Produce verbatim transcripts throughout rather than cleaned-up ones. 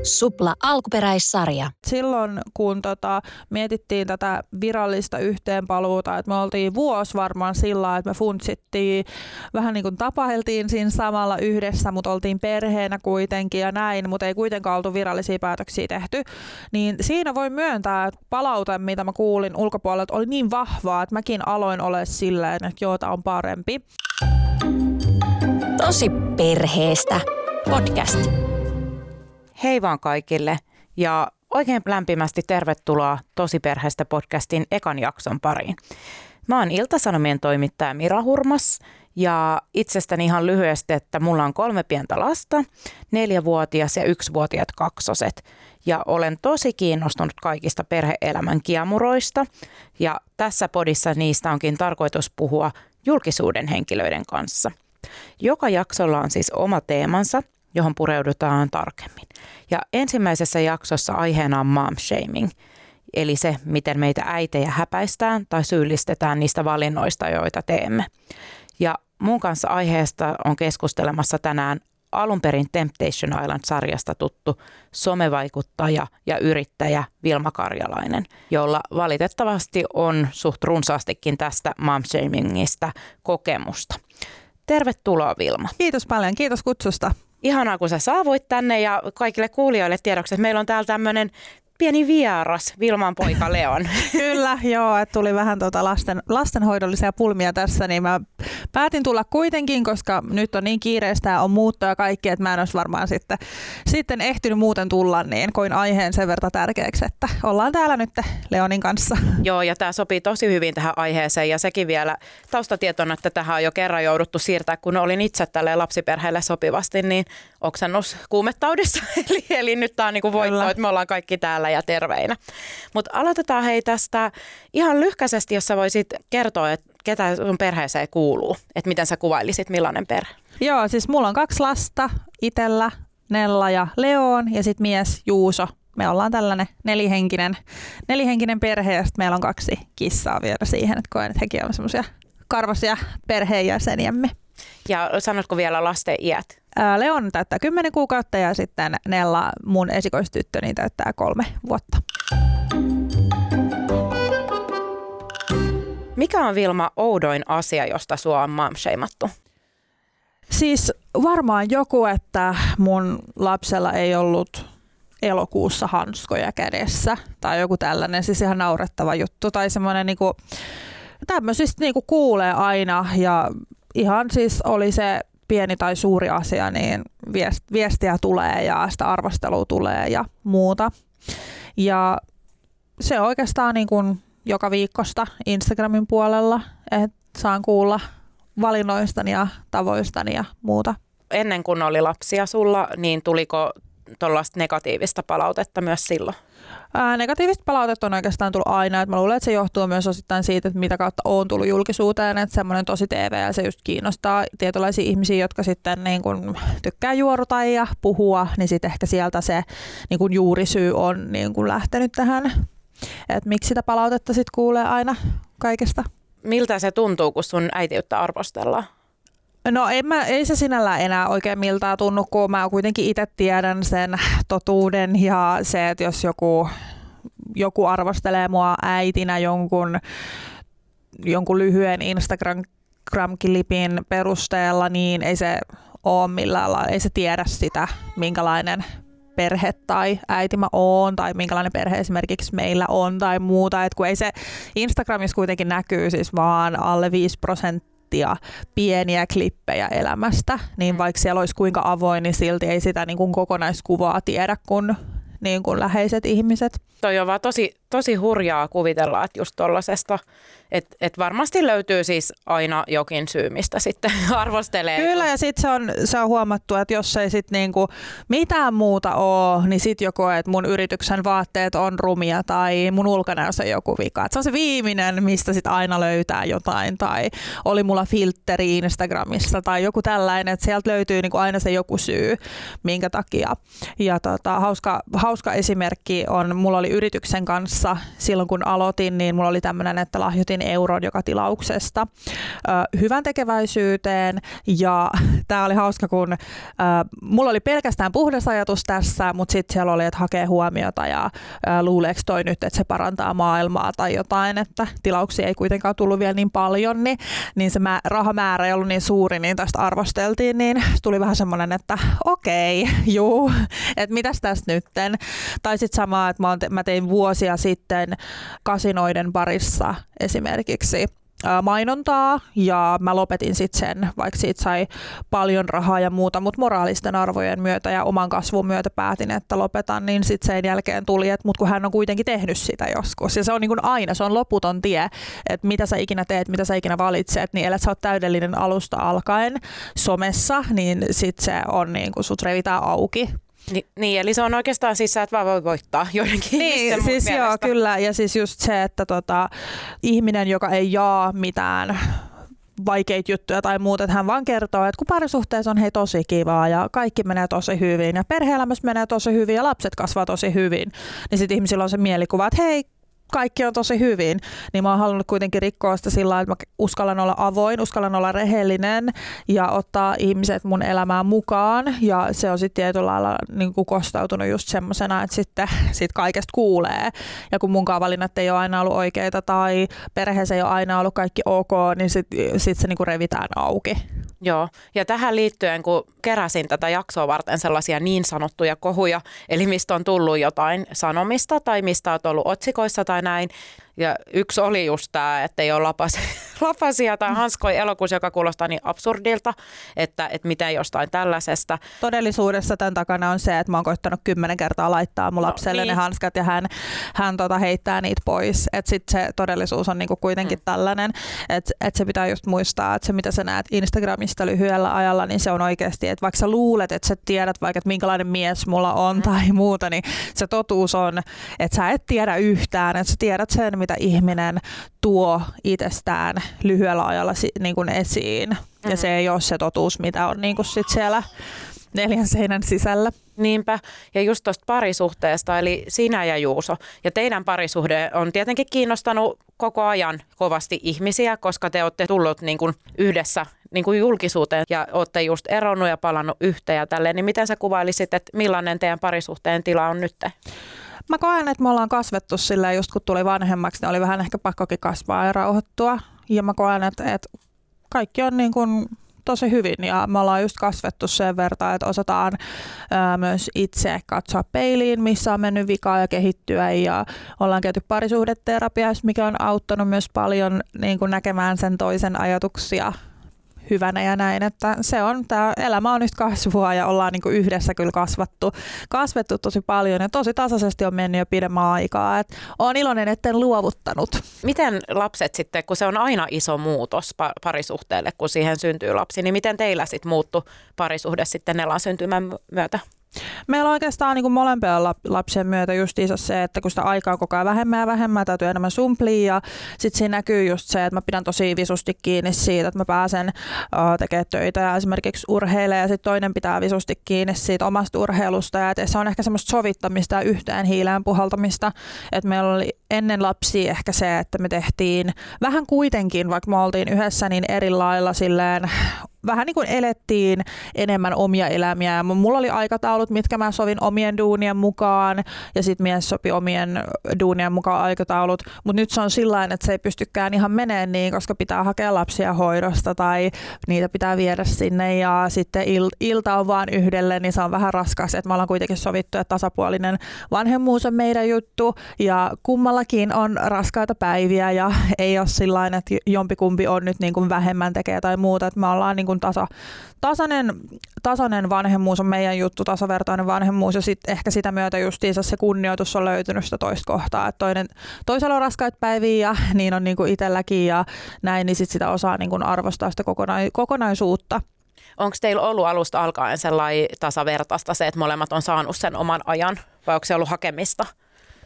Supla alkuperäissarja. Silloin kun tota, mietittiin tätä virallista yhteenpaluuta, että me oltiin vuosi varmaan sillä, että me funtsittiin, vähän niin kuin tapailtiin siinä samalla yhdessä, mutta oltiin perheenä kuitenkin ja näin, mutta ei kuitenkaan oltu virallisia päätöksiä tehty, niin siinä voi myöntää, että palaute, mitä mä kuulin ulkopuolelta, oli niin vahvaa, että mäkin aloin olla silleen, että joo, tää on parempi. Tosi perheestä podcast. Hei vaan kaikille ja oikein lämpimästi tervetuloa Tosi perheestä podcastin ekan jakson pariin. Mä oon Ilta-Sanomien toimittaja Mira Hurmas ja itsestäni ihan lyhyesti, että mulla on kolme pientä lasta, neljävuotias ja yksivuotiaat kaksoset. Ja olen tosi kiinnostunut kaikista perhe-elämän kiemuroista ja tässä podissa niistä onkin tarkoitus puhua julkisuuden henkilöiden kanssa. Joka jaksolla on siis oma teemansa, johon pureudutaan tarkemmin. Ja ensimmäisessä jaksossa aiheena on mom shaming, eli se, miten meitä äitejä häpäistään tai syyllistetään niistä valinnoista, joita teemme. Ja mun kanssa aiheesta on keskustelemassa tänään alun perin Temptation Island-sarjasta tuttu somevaikuttaja ja yrittäjä Vilma Karjalainen, jolla valitettavasti on suht runsaastikin tästä mom shamingista kokemusta. Tervetuloa Vilma. Kiitos paljon, kiitos kutsusta. Ihanaa, kun sä saavuit tänne ja kaikille kuulijoille tiedoksi, että meillä on täällä tämmöinen pieni vieras, Vilman poika Leon. Kyllä, joo, että tuli vähän tuota lasten, lastenhoidollisia pulmia tässä, niin mä päätin tulla kuitenkin, koska nyt on niin kiireistä ja on muutto ja kaikki, että mä en olisi varmaan sitten, sitten ehtinyt muuten tulla, niin koin aiheen sen verran tärkeäksi, että ollaan täällä nyt Leonin kanssa. Joo, ja tämä sopii tosi hyvin tähän aiheeseen ja sekin vielä taustatietona, että tähän on jo kerran jouduttu siirtää, kun olin itse tälle lapsiperheelle sopivasti, niin oksennus kuumetaudissa, eli, eli nyt tämä on niin kuin voitto, että me ollaan kaikki täällä ja terveinä. Mutta aloitetaan hei tästä ihan lyhkäisesti, jos sä voisit kertoa, että ketä sun perheeseen kuuluu, että miten sä kuvailisit, millainen perhe? Joo, siis mulla on kaksi lasta, itellä Nella ja Leon ja sitten mies Juuso. Me ollaan tällainen nelihenkinen, nelihenkinen perhe ja sitten meillä on kaksi kissaa vielä siihen, että koen, että hekin on semmoisia karvasia perheenjäseniämme. Ja sanotko vielä lasten iät? Leon täyttää kymmenen kuukautta ja sitten Nella, mun esikoistyttöni, täyttää kolme vuotta. Mikä on Vilma oudoin asia, josta sua on mom-shamattu? Siis varmaan joku, että mun lapsella ei ollut elokuussa hanskoja kädessä tai joku tällainen, siis ihan naurettava juttu tai semmoinen niinku, tämmöisistä niinku kuulee aina ja ihan siis oli se pieni tai suuri asia, niin viestiä tulee ja sitä arvostelua tulee ja muuta. Ja se on oikeastaan niin kuin joka viikosta Instagramin puolella, että saan kuulla valinnoistani ja tavoistani ja muuta. Ennen kuin oli lapsia sulla, niin tuliko tuollaista negatiivista palautetta myös silloin? Ää, negatiivista palautetta on oikeastaan tullut aina. Et mä luulen, että se johtuu myös osittain siitä, että mitä kautta on tullut julkisuuteen. Että semmoinen tosi T V ja se just kiinnostaa tietynlaisia ihmisiä, jotka sitten niin kun tykkää juoruta ja puhua. Niin sitten ehkä sieltä se niin kun juurisyy on niin kun lähtenyt tähän. Että miksi sitä palautetta sitten kuulee aina kaikesta. Miltä se tuntuu, kun sun äitiyttä arvostellaan? No ei, mä, ei se sinällään enää oikein miltään tunnu, kun mä kuitenkin itse tiedän sen totuuden ja se, että jos joku, joku arvostelee mua äitinä jonkun, jonkun lyhyen Instagram-klipin perusteella, niin ei se ole millään lailla, ei se tiedä sitä, minkälainen perhe tai äiti mä oon tai minkälainen perhe esimerkiksi meillä on tai muuta. Et kun ei se Instagramissa kuitenkin näkyy siis vaan alle viisi prosenttia pieniä klippejä elämästä, niin vaikka siellä olisi kuinka avoin, niin silti ei sitä niin kuin kokonaiskuvaa tiedä kuin, niin kuin läheiset ihmiset. Toi on vaan tosi, tosi hurjaa kuvitella, että just tollasesta, että et varmasti löytyy siis aina jokin syy, mistä sitten arvostelee. Kyllä ja sitten se on, se on huomattu, että jos ei sitten niinku mitään muuta ole, niin sitten joko, että mun yrityksen vaatteet on rumia tai mun ulkonäössä on joku vika. Et se on se viimeinen, mistä sitten aina löytää jotain tai oli mulla filtteri Instagramissa tai joku tällainen, että sieltä löytyy niinku aina se joku syy, minkä takia. Ja tota, hauska, hauska hauska esimerkki on, mulla oli yrityksen kanssa silloin kun aloitin, niin mulla oli tämmöinen, että lahjoitin euron joka tilauksesta ö, hyvän tekeväisyyteen ja tää oli hauska, kun ö, mulla oli pelkästään puhdas ajatus tässä, mutta sitten siellä oli, että hakee huomiota ja ö, luuleeko toi nyt, että se parantaa maailmaa tai jotain, että tilauksia ei kuitenkaan tullut vielä niin paljon, niin, niin se mä, rahamäärä ei ollut niin suuri, niin tästä arvosteltiin, niin tuli vähän semmoinen, että okei, juu, että mitäs tästä nytten. Tai sitten sama, että mä, te, mä tein vuosia sitten kasinoiden parissa esimerkiksi mainontaa ja mä lopetin sitten sen, vaikka siitä sai paljon rahaa ja muuta, mutta moraalisten arvojen myötä ja oman kasvun myötä päätin, että lopetan, niin sitten sen jälkeen tuli, että mut kun hän on kuitenkin tehnyt sitä joskus. Ja se on niin kuin aina, se on loputon tie, että mitä sä ikinä teet, mitä sä ikinä valitset, niin elät sä oot täydellinen alusta alkaen somessa, niin sitten se on niin kuin sut revitään auki. Ni, niin, eli se on oikeastaan siis sä et vaan voi voittaa joidenkin niin, ihmisten siis joo, kyllä. Ja siis just se, että tota, ihminen, joka ei jaa mitään vaikeita juttuja tai muuta, että hän vaan kertoo, että kun parisuhteessa on hei tosi kivaa ja kaikki menee tosi hyvin ja perhe-elämässä menee tosi hyvin ja lapset kasvaa tosi hyvin, niin sitten ihmisillä on se mielikuva, että hei, kaikki on tosi hyvin, niin mä oon halunnut kuitenkin rikkoa sitä sillä lailla, että mä uskallan olla avoin, uskallan olla rehellinen ja ottaa ihmiset mun elämään mukaan. Ja se on sitten tietyllä lailla niin kuin kostautunut just semmosena, että sitten sit kaikesta kuulee. Ja kun munkaan valinnat ei ole aina ollut oikeita tai perheessä ei ole aina ollut kaikki ok, niin sitten sit se niin kuin revitään auki. Joo, ja tähän liittyen, kun keräsin tätä jaksoa varten sellaisia niin sanottuja kohuja, eli mistä on tullut jotain sanomista tai mistä on ollut otsikoissa tai näin, ja yksi oli just tämä, että ei ole lapas, lapasia tai hanskoja elokuussa, joka kuulostaa niin absurdilta, että, että miten jostain tällaisesta. Todellisuudessa tämän takana on se, että mä oon koittanut kymmenen kertaa laittaa mun lapselle no, niin. ne hanskat ja hän, hän tota heittää niitä pois. Että sitten se todellisuus on niinku kuitenkin mm. tällainen, että et se pitää just muistaa, että se mitä sä näet Instagramista lyhyellä ajalla, niin se on oikeasti, että vaikka sä luulet, että sä tiedät vaikka, että minkälainen mies mulla on mm. tai muuta, niin se totuus on, että sä et tiedä yhtään, että sä tiedät sen, mitä ihminen tuo itsestään lyhyellä ajalla niin kuin esiin. Mm-hmm. Ja se ei ole se totuus, mitä on niin kuin sit siellä neljän seinän sisällä. Niinpä. Ja just tuosta parisuhteesta, eli sinä ja Juuso. Ja teidän parisuhde on tietenkin kiinnostanut koko ajan kovasti ihmisiä, koska te olette tullut niin kuin yhdessä niin kuin julkisuuteen ja olette just eronnut ja palannut yhteen ja tälleen. Niin miten sä kuvailisit, että millainen teidän parisuhteen tila on nyt? Mä koen, että me ollaan kasvettu silleen, just kun tuli vanhemmaksi, niin oli vähän ehkä pakkokin kasvaa ja rauhoittua. Ja mä koen, että, että kaikki on niin kuin tosi hyvin ja me ollaan just kasvettu sen verran, että osataan ää, myös itse katsoa peiliin, missä on mennyt vikaa ja kehittyä ja ollaan käyty parisuhdeterapiassa, mikä on auttanut myös paljon niin kuin näkemään sen toisen ajatuksia hyvänä ja näin, että se on, tämä elämä on nyt kasvua ja ollaan niin kuin yhdessä kyllä kasvattu, kasvettu tosi paljon ja tosi tasaisesti on mennyt jo pidemmän aikaa, että olen iloinen, etten luovuttanut. Miten lapset sitten, kun se on aina iso muutos parisuhteelle, kun siihen syntyy lapsi, niin miten teillä sitten muuttui parisuhde sitten Nelan syntymän myötä? Meillä on oikeastaan niin kuin molempien lapsien myötä justiinsa se, että kun sitä aikaa on koko ajan vähemmän ja vähemmän, täytyy enemmän sumplia ja sitten siinä näkyy just se, että mä pidän tosi visusti kiinni siitä, että mä pääsen uh, tekemään töitä ja esimerkiksi urheilemaan ja sitten toinen pitää visusti kiinni siitä omasta urheilusta ja se on ehkä semmoista sovittamista ja yhteen hiileen puhaltamista, että meillä oli ennen lapsia ehkä se, että me tehtiin vähän kuitenkin, vaikka me oltiin yhdessä niin eri lailla silleen vähän niin kuin elettiin enemmän omia elämiä ja mulla oli aikataulut, mitkä mä sovin omien duunien mukaan ja sitten mies sopi omien duunien mukaan aikataulut, mutta nyt se on sillain, että se ei pystykään ihan meneen niin, koska pitää hakea lapsia hoidosta tai niitä pitää viedä sinne ja sitten il- ilta on vaan yhdelle, niin se on vähän raskas, että me ollaan kuitenkin sovittu, että tasapuolinen vanhemmuus on meidän juttu ja kummallakin on raskaita päiviä ja ei ole sillain, että jompikumpi on nyt niin kuin vähemmän tekee tai muuta, että me ollaan niin kuin Tasa, tasainen, tasainen vanhemmuus on meidän juttu, tasavertainen vanhemmuus ja sitten ehkä sitä myötä justiinsa se kunnioitus on löytynyt sitä toista kohtaa, että toinen, toisella on raskaita päiviä ja niin on niin kuin itselläkin ja näin, niin sitten sitä osaa niin kuin arvostaa sitä kokona- kokonaisuutta. Onko teillä ollut alusta alkaen sellainen tasavertaista se, että molemmat on saanut sen oman ajan vai onko se ollut hakemista?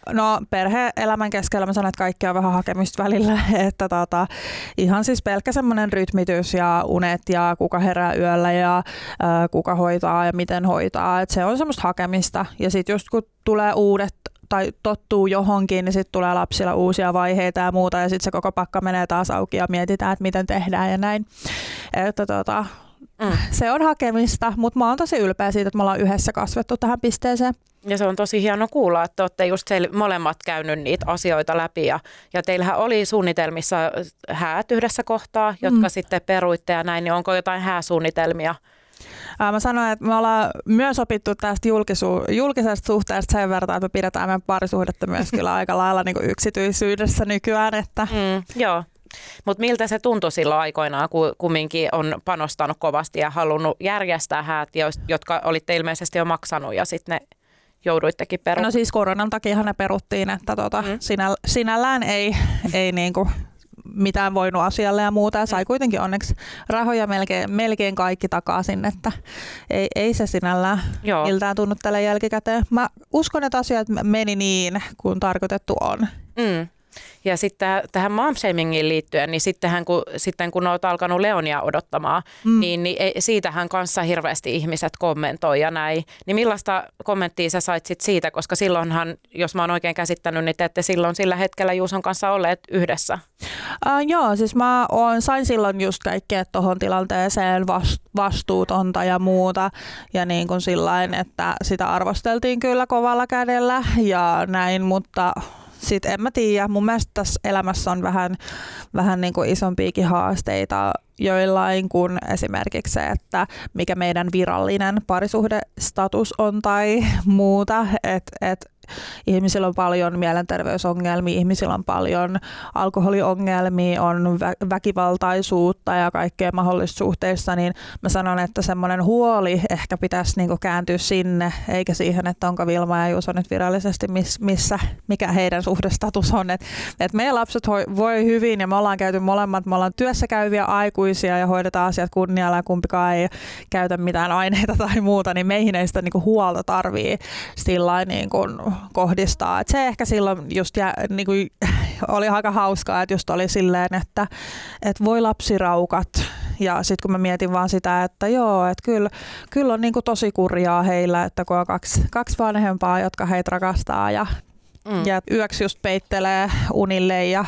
No perhe-elämän keskellä mä sanon, että kaikki on vähän hakemista välillä, että tota, ihan siis pelkkä semmoinen rytmitys ja unet ja kuka herää yöllä ja ää, kuka hoitaa ja miten hoitaa, että se on semmoista hakemista ja sitten just kun tulee uudet tai tottuu johonkin, niin sitten tulee lapsilla uusia vaiheita ja muuta ja sitten se koko pakka menee taas auki ja mietitään, että miten tehdään ja näin, että tota, mm. se on hakemista, mutta mä oon tosi ylpeä siitä, että me ollaan yhdessä kasvettu tähän pisteeseen. Ja se on tosi hieno kuulla, että olette just molemmat käynyt niitä asioita läpi ja, ja teillähän oli suunnitelmissa häät yhdessä kohtaa, jotka mm. sitten peruitte ja näin, niin onko jotain hääsuunnitelmia? Ää, mä sanoin, että me ollaan myös opittu tästä julkisu- julkisesta suhteesta sen verran, että me pidetään meidän parisuhdetta myös kyllä aika lailla niin kuin yksityisyydessä nykyään. Että. Mm, joo. Mutta miltä se tuntui silloin aikoinaan, kun kumminkin on panostanut kovasti ja halunnut järjestää häät, jotka olitte ilmeisesti jo maksanut ja sitten ne jouduittekin perumaan? No siis koronan takiahan ne peruttiin, että tota, mm. sinä, sinällään ei, ei niinku mitään voinut asialle ja muuta. Ja sai kuitenkin onneksi rahoja melkein, melkein kaikki takaisin, että ei, ei se sinällään Joo. miltään tunnu tälle jälkikäteen. Mä uskon, että asiat meni niin, kuin tarkoitettu on. Mm. Ja sitten tähän momshamingiin liittyen, niin sittenhän kun, sitten kun olet alkanut Leonia odottamaan, mm. niin, niin siitähän kanssa hirveästi ihmiset kommentoi ja näin. Niin millaista kommenttia sä sait sit siitä, koska silloinhan, jos mä oon oikein käsittänyt, niin te ette silloin sillä hetkellä Juuson kanssa olleet yhdessä. Uh, joo, siis mä oon, sain silloin just kaikkea tuohon tilanteeseen vastuutonta ja muuta. Ja niin kuin sillain, että sitä arvosteltiin kyllä kovalla kädellä ja näin, mutta sitten en mä tiedä, mun mielestä tässä elämässä on vähän, vähän niin kuin isompiakin haasteita joillain kuin esimerkiksi se, että mikä meidän virallinen parisuhdestatus on tai muuta, että et, ihmisillä on paljon mielenterveysongelmia, ihmisillä on paljon alkoholiongelmia, on vä- väkivaltaisuutta ja kaikkea mahdollista suhteissa, niin mä sanon, että semmoinen huoli ehkä pitäisi niinku kääntyä sinne, eikä siihen, että onko Vilma ja Juuso nyt virallisesti miss, missä, mikä heidän suhdestatus on. Et, et meidän lapset hoi, voi hyvin ja me ollaan käyty molemmat, me ollaan työssä käyviä aikuisia ja hoidetaan asiat kunnialla ja kumpikaan ei käytä mitään aineita tai muuta, niin meihin ei sitä niinku huolta tarvii sillain niinku kohdistaa. Et se ehkä silloin just jä, niinku, oli aika hauskaa, että just oli silleen, että et voi lapsiraukat. Ja sitten kun mä mietin vaan sitä, että joo, että kyllä, kyllä on niinku tosi kurjaa heillä, että kun on kaksi, kaksi vanhempaa, jotka heitä rakastaa ja, mm. ja yöksi just peittelee unille ja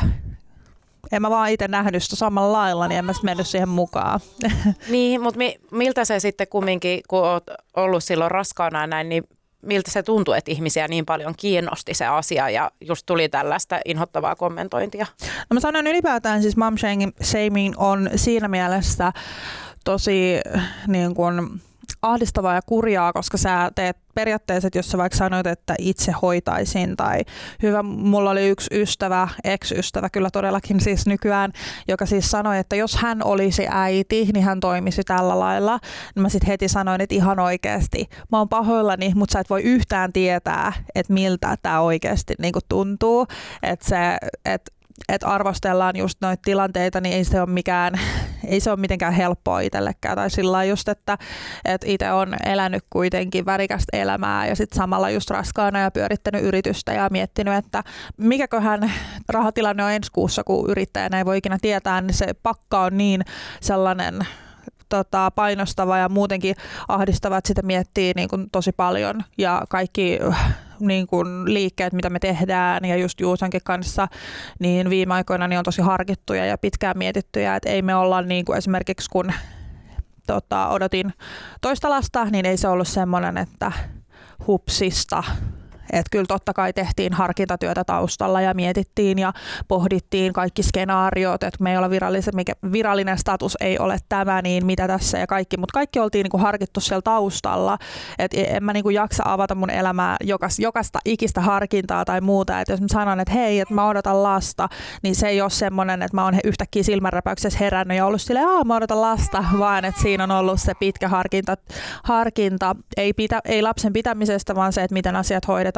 en mä vaan itse nähnyt sitä samalla lailla, niin en mä mennyt siihen mukaan. Niin, mutta mi- miltä se sitten kumminkin, kun oot ollut silloin raskaana näin, niin miltä se tuntui, että ihmisiä niin paljon kiinnosti se asia ja just tuli tällaista inhottavaa kommentointia? No mä sanon ylipäätään, siis mom shaming on siinä mielessä tosi niin kuin ahdistavaa ja kurjaa, koska sä teet periaatteessa, että jos sä vaikka sanoit, että itse hoitaisin tai hyvä, mulla oli yksi ystävä, ex-ystävä kyllä todellakin siis nykyään, joka siis sanoi, että jos hän olisi äiti, niin hän toimisi tällä lailla. Mä sitten heti sanoin, että ihan oikeasti, mä oon pahoillani, mutta sä et voi yhtään tietää, että miltä tää oikeasti niin kuin tuntuu, että se, että että arvostellaan just noita tilanteita, niin ei se ole mikään, ei se ole mitenkään helppoa itsellekään. Tai sillä just, että, että itse on elänyt kuitenkin värikästä elämää ja sitten samalla just raskaana ja pyörittänyt yritystä ja miettinyt, että mikäköhän rahatilanne on ensi kuussa, kun yrittäjänä ei voi ikinä tietää, niin se pakka on niin sellainen Tota, painostava ja muutenkin ahdistava, että sitä miettii niin kuin tosi paljon ja kaikki niin kuin liikkeet, mitä me tehdään ja just Juusonkin kanssa, niin viime aikoina niin on tosi harkittuja ja pitkään mietittyjä, että ei me olla niin kuin esimerkiksi kun tota, odotin toista lasta, niin ei se ollut semmoinen, että hupsista. Että kyllä totta kai tehtiin harkintatyötä taustalla ja mietittiin ja pohdittiin kaikki skenaariot, että me ei ole mikä virallinen status ei ole tämä, niin mitä tässä ja kaikki, mutta kaikki oltiin niinku harkittu siellä taustalla, että en mä niinku jaksa avata mun elämää jokas, jokaista ikistä harkintaa tai muuta, että jos mä sanon, että hei, että mä odotan lasta, niin se ei ole semmoinen, että mä oon yhtäkkiä silmänräpäyksessä herännyt ja ollut silleen, aah mä odotan lasta, vaan että siinä on ollut se pitkä harkinta, harkinta ei, pitä, ei lapsen pitämisestä, vaan se, että miten asiat hoidetaan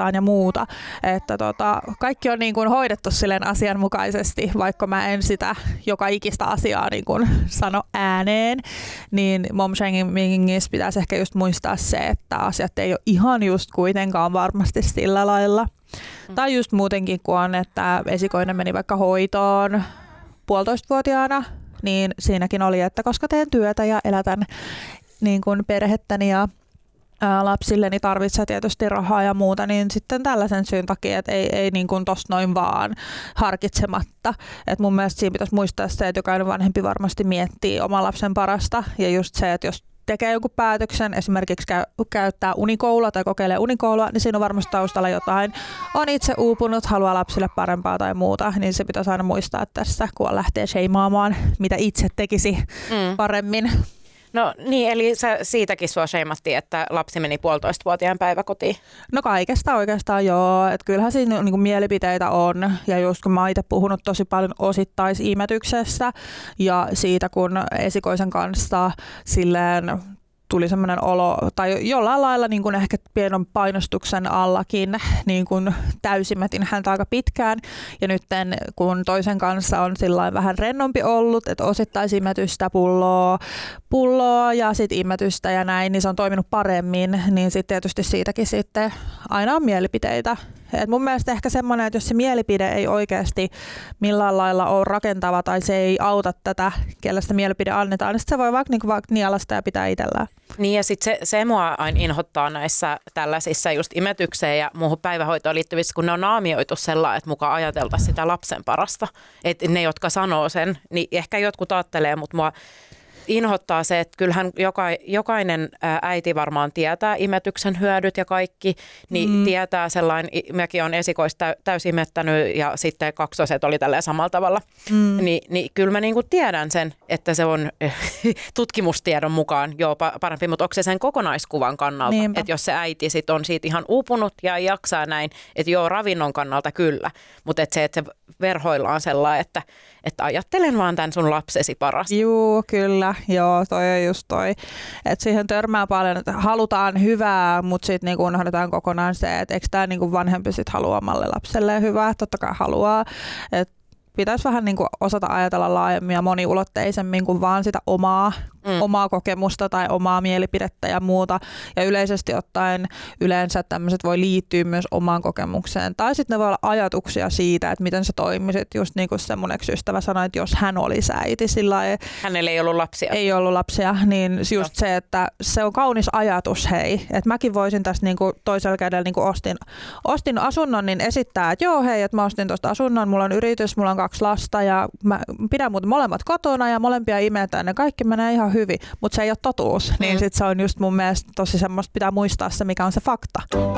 hoidetaan ja muuta. Että tota, kaikki on niin kuin hoidettu silleen asianmukaisesti, vaikka mä en sitä joka ikistä asiaa niin kuin sano ääneen, niin momshamingissa pitäisi ehkä just muistaa se, että asiat ei ole ihan just kuitenkaan varmasti sillä lailla. Mm. Tai just muutenkin, kun on, että esikoinen meni vaikka hoitoon puolitoistavuotiaana, niin siinäkin oli, että koska teen työtä ja elätän niin kuin perhettäni ja ää, lapsilleni tarvitsee tietysti rahaa ja muuta, niin sitten tällaisen syyn takia, että ei, ei niin kuin tosta noin vaan harkitsematta. Et mun mielestä siinä pitäisi muistaa se, että jokainen vanhempi varmasti miettii oman lapsen parasta ja just se, että jos tekee jonkun päätöksen, esimerkiksi käy, käyttää unikoulua tai kokeilee unikoulua, niin siinä on varmasti taustalla jotain. On itse uupunut, haluaa lapsille parempaa tai muuta, niin se pitäisi aina muistaa tässä, kun lähtee sheimaamaan, mitä itse tekisi mm. paremmin. No niin, eli sä siitäkin sua sheimattiin, että lapsi meni puolitoistavuotiaan päiväkotiin? No kaikesta oikeastaan joo, että kyllähän siinä niinku mielipiteitä on ja just kun mä oon itse puhunut tosi paljon osittaisimetyksestä ja siitä kun esikoisen kanssa silleen tuli semmoinen olo, tai jollain lailla niin kuin ehkä pienen painostuksen allakin niin kuin täysimetin häntä aika pitkään. Ja nyt kun toisen kanssa on sillain vähän rennompi ollut, että osittaisimetystä pulloa, pulloa ja sitten imetystä ja näin, niin se on toiminut paremmin, niin sitten tietysti siitäkin sitten aina on mielipiteitä. Et mun mielestä ehkä semmoinen, että jos se mielipide ei oikeasti millään lailla ole rakentava tai se ei auta tätä, kelle sitä mielipide annetaan, niin sitten se voi vaikka, niin vaikka nialasta ja pitää itsellään. Niin ja sitten se, se mua aina inhottaa näissä tällaisissa just imetykseen ja muuhun päivähoitoon liittyvissä, kun ne on naamioitu sellainen, että mukaan ajateltaisiin sitä lapsen parasta. Että ne, jotka sanoo sen, niin ehkä jotkut ajattelee, mutta mua inhottaa se, että kyllähän joka, jokainen äiti varmaan tietää imetyksen hyödyt ja kaikki, niin mm. tietää sellainen, mäkin olen esikoista täysimettänyt ja sitten kaksoset oli tälleen samalla tavalla, mm. Ni, niin kyllä mä niinku tiedän sen, että se on tutkimustiedon mukaan jo parempi, mutta onko se sen kokonaiskuvan kannalta, Niinpä. Että jos se äiti sit on siitä ihan uupunut ja jaksaa näin, että joo ravinnon kannalta kyllä, mutta että se, että se verhoillaan sellainen, että, että ajattelen vaan tämän sun lapsesi parasta. Juu, kyllä. Joo, toi on just toi. Että siihen törmää paljon, että halutaan hyvää, mutta sitten niinku unohdetaan kokonaan se, että eikö tämä niinku vanhempi sit halua omalle lapselleen hyvää. Totta kai haluaa. Et pitäisi vähän niinku osata ajatella laajemmin ja moniulotteisemmin kuin vaan sitä omaa, mm. omaa kokemusta tai omaa mielipidettä ja muuta. Ja yleisesti ottaen yleensä tämmöiset voi liittyä myös omaan kokemukseen. Tai sitten ne voi olla ajatuksia siitä, että miten sä toimisit. Just niin kuin se mun ex-ystävä sanoi, että jos hän olisi äiti sillä lailla. Hänellä ei ollut lapsia. Ei ollut lapsia, niin just no. se, että se on kaunis ajatus, hei. Että mäkin voisin tässä niinku toisella kädellä niinku ostin, ostin asunnon, niin esittää, että joo hei, että mä ostin tuosta asunnon, mulla on yritys, mulla on kaksi lasta ja mä pidän muuten molemmat kotona ja molempia imetään ja kaikki menee ihan hyvin, mutta se ei ole totuus. Mm. Niin sit se on just mun mielestä tosi semmoista, pitää muistaa se, mikä on se fakta.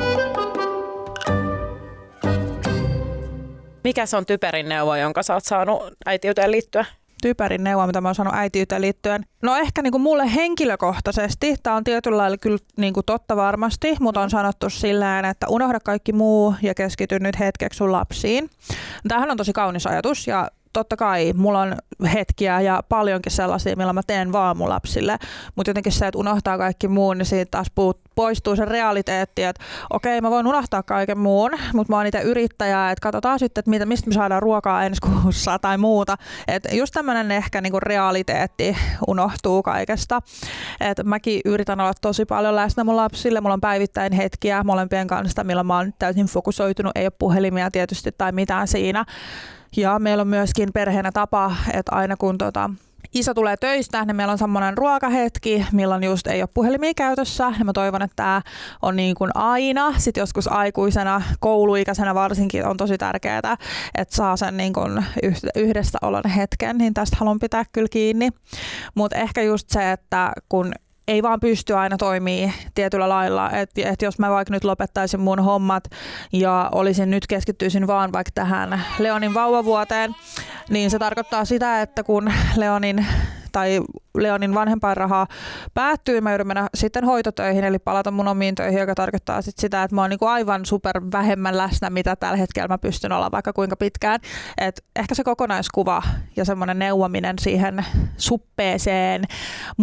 Mikä se on typerin neuvo, jonka sä oot saanut äitiyteen liittyen? Typerin neuvo, mitä mä oon saanut äitiyteen liittyen. No ehkä niinku mulle henkilökohtaisesti, tää on tietyllä lailla kyllä niinku totta varmasti, mutta on sanottu sillään, että unohda kaikki muu ja keskity nyt hetkeksi sun lapsiin. Tämähän on tosi kaunis ajatus ja totta kai mulla on hetkiä ja paljonkin sellaisia, millä mä teen vaan mun lapsille, mutta jotenkin se, että unohtaa kaikki muun, niin siitä taas puut, poistuu se realiteetti, että okei, mä voin unohtaa kaiken muun, mutta mä oon itse yrittäjä, että katsotaan sitten, että mitä, mistä me saadaan ruokaa ensi kuussa tai muuta. Että just tämmöinen ehkä niinku realiteetti unohtuu kaikesta. Et mäkin yritän olla tosi paljon läsnä mun lapsille, mulla on päivittäin hetkiä molempien kanssa, millä mä oon täysin fokusoitunut, ei ole puhelimia tietysti tai mitään siinä. Ja meillä on myöskin perheenä tapa, että aina kun tota, isä tulee töistä, niin meillä on semmoinen ruokahetki, milloin just ei ole puhelimia käytössä. Ja mä toivon, että tämä on niin kuin aina. Sitten joskus aikuisena, kouluikäisenä varsinkin on tosi tärkeää, että saa sen niin kuin yhdessä olon hetken. Niin tästä haluan pitää kyllä kiinni. Mutta ehkä just se, että kun ei vaan pysty aina toimii tietyllä lailla, että et jos mä vaikka nyt lopettaisin mun hommat ja olisin nyt keskittyisin vaan vaikka tähän Leonin vauvavuoteen, niin se tarkoittaa sitä, että kun Leonin tai Leonin vanhempainraha päättyy, mä joudun mennä sitten hoitotöihin, eli palata mun omiin töihin, joka tarkoittaa sit sitä, että mä oon niinku aivan super vähemmän läsnä, mitä tällä hetkellä mä pystyn olla vaikka kuinka pitkään. Et ehkä se kokonaiskuva ja semmoinen neuvominen siihen suppeeseen muottiin,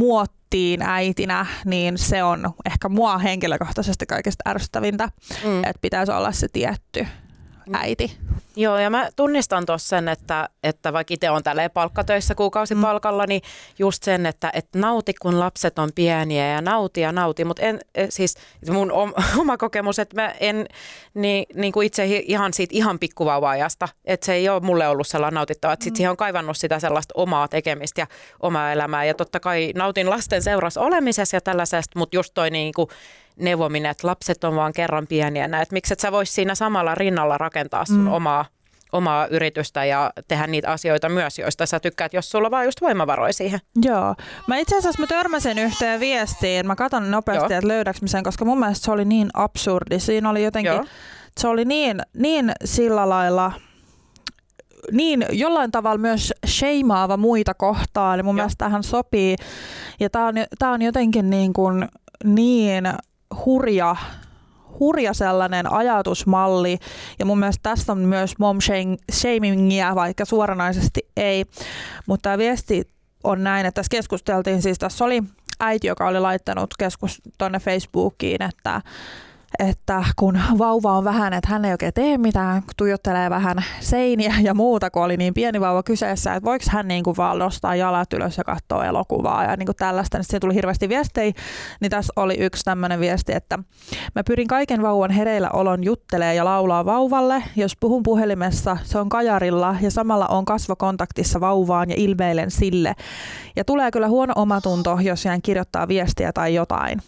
ammattiin äitinä, niin se on ehkä mua henkilökohtaisesti kaikista ärsyttävintä, mm. että pitäisi olla se tietty äiti. Joo, ja mä tunnistan tuossa sen, että, että vaikka itse on tälleen palkkatöissä kuukausipalkalla, mm. niin just sen, että, että nauti kun lapset on pieniä ja nauti ja nauti, mutta en, siis mun oma kokemus, että mä en niin, niin kuin itse ihan siitä ihan pikkuvauva-ajasta, että se ei ole mulle ollut sellainen nautittava, että sit mm. siihen on kaivannut sitä sellaista omaa tekemistä ja omaa elämää, ja totta kai nautin lasten seurassa olemisessa ja tällaisesta, mutta just toi niin kuin neuvominen, että lapset on vaan kerran pieniä, että miksi et sä vois siinä samalla rinnalla rakentaa sun mm. omaa, omaa yritystä ja tehdä niitä asioita myös, joista sä tykkäät, jos sulla on vaan just voimavaroja siihen. Joo. Mä itse asiassa mä törmäsin yhteen viestiin, mä katson nopeasti, Joo. että löydäks mä sen, koska mun mielestä se oli niin absurdi. Siinä oli jotenkin, Joo. se oli niin, niin sillä lailla, niin jollain tavalla myös sheimaava muita kohtaan, eli mun Joo. mielestä tähän sopii. Ja tää on, tää on jotenkin niin kuin niin hurja, hurja sellainen ajatusmalli, ja mun mielestä tässä on myös mom-shamingia, vaikka suoranaisesti ei, mutta tämä viesti on näin, että tässä keskusteltiin, siis tässä oli äiti, joka oli laittanut keskus tuonne Facebookiin, että että kun vauva on vähän, että hän ei oikein tee mitään, tuijottelee vähän seiniä ja muuta, kun oli niin pieni vauva kyseessä, että voiko hän niin kuin vaan nostaa jalat ylös ja katsoa elokuvaa ja niin kuin tällaista. Niin siinä tuli hirveästi viestejä, niin tässä oli yksi tämmöinen viesti, että mä pyrin kaiken vauvan hereillä olon juttelee ja laulaa vauvalle. Jos puhun puhelimessa, se on kajarilla ja samalla on kasvokontaktissa vauvaan ja ilmeilen sille. Ja tulee kyllä huono omatunto, jos jään kirjoittaa viestiä tai jotain.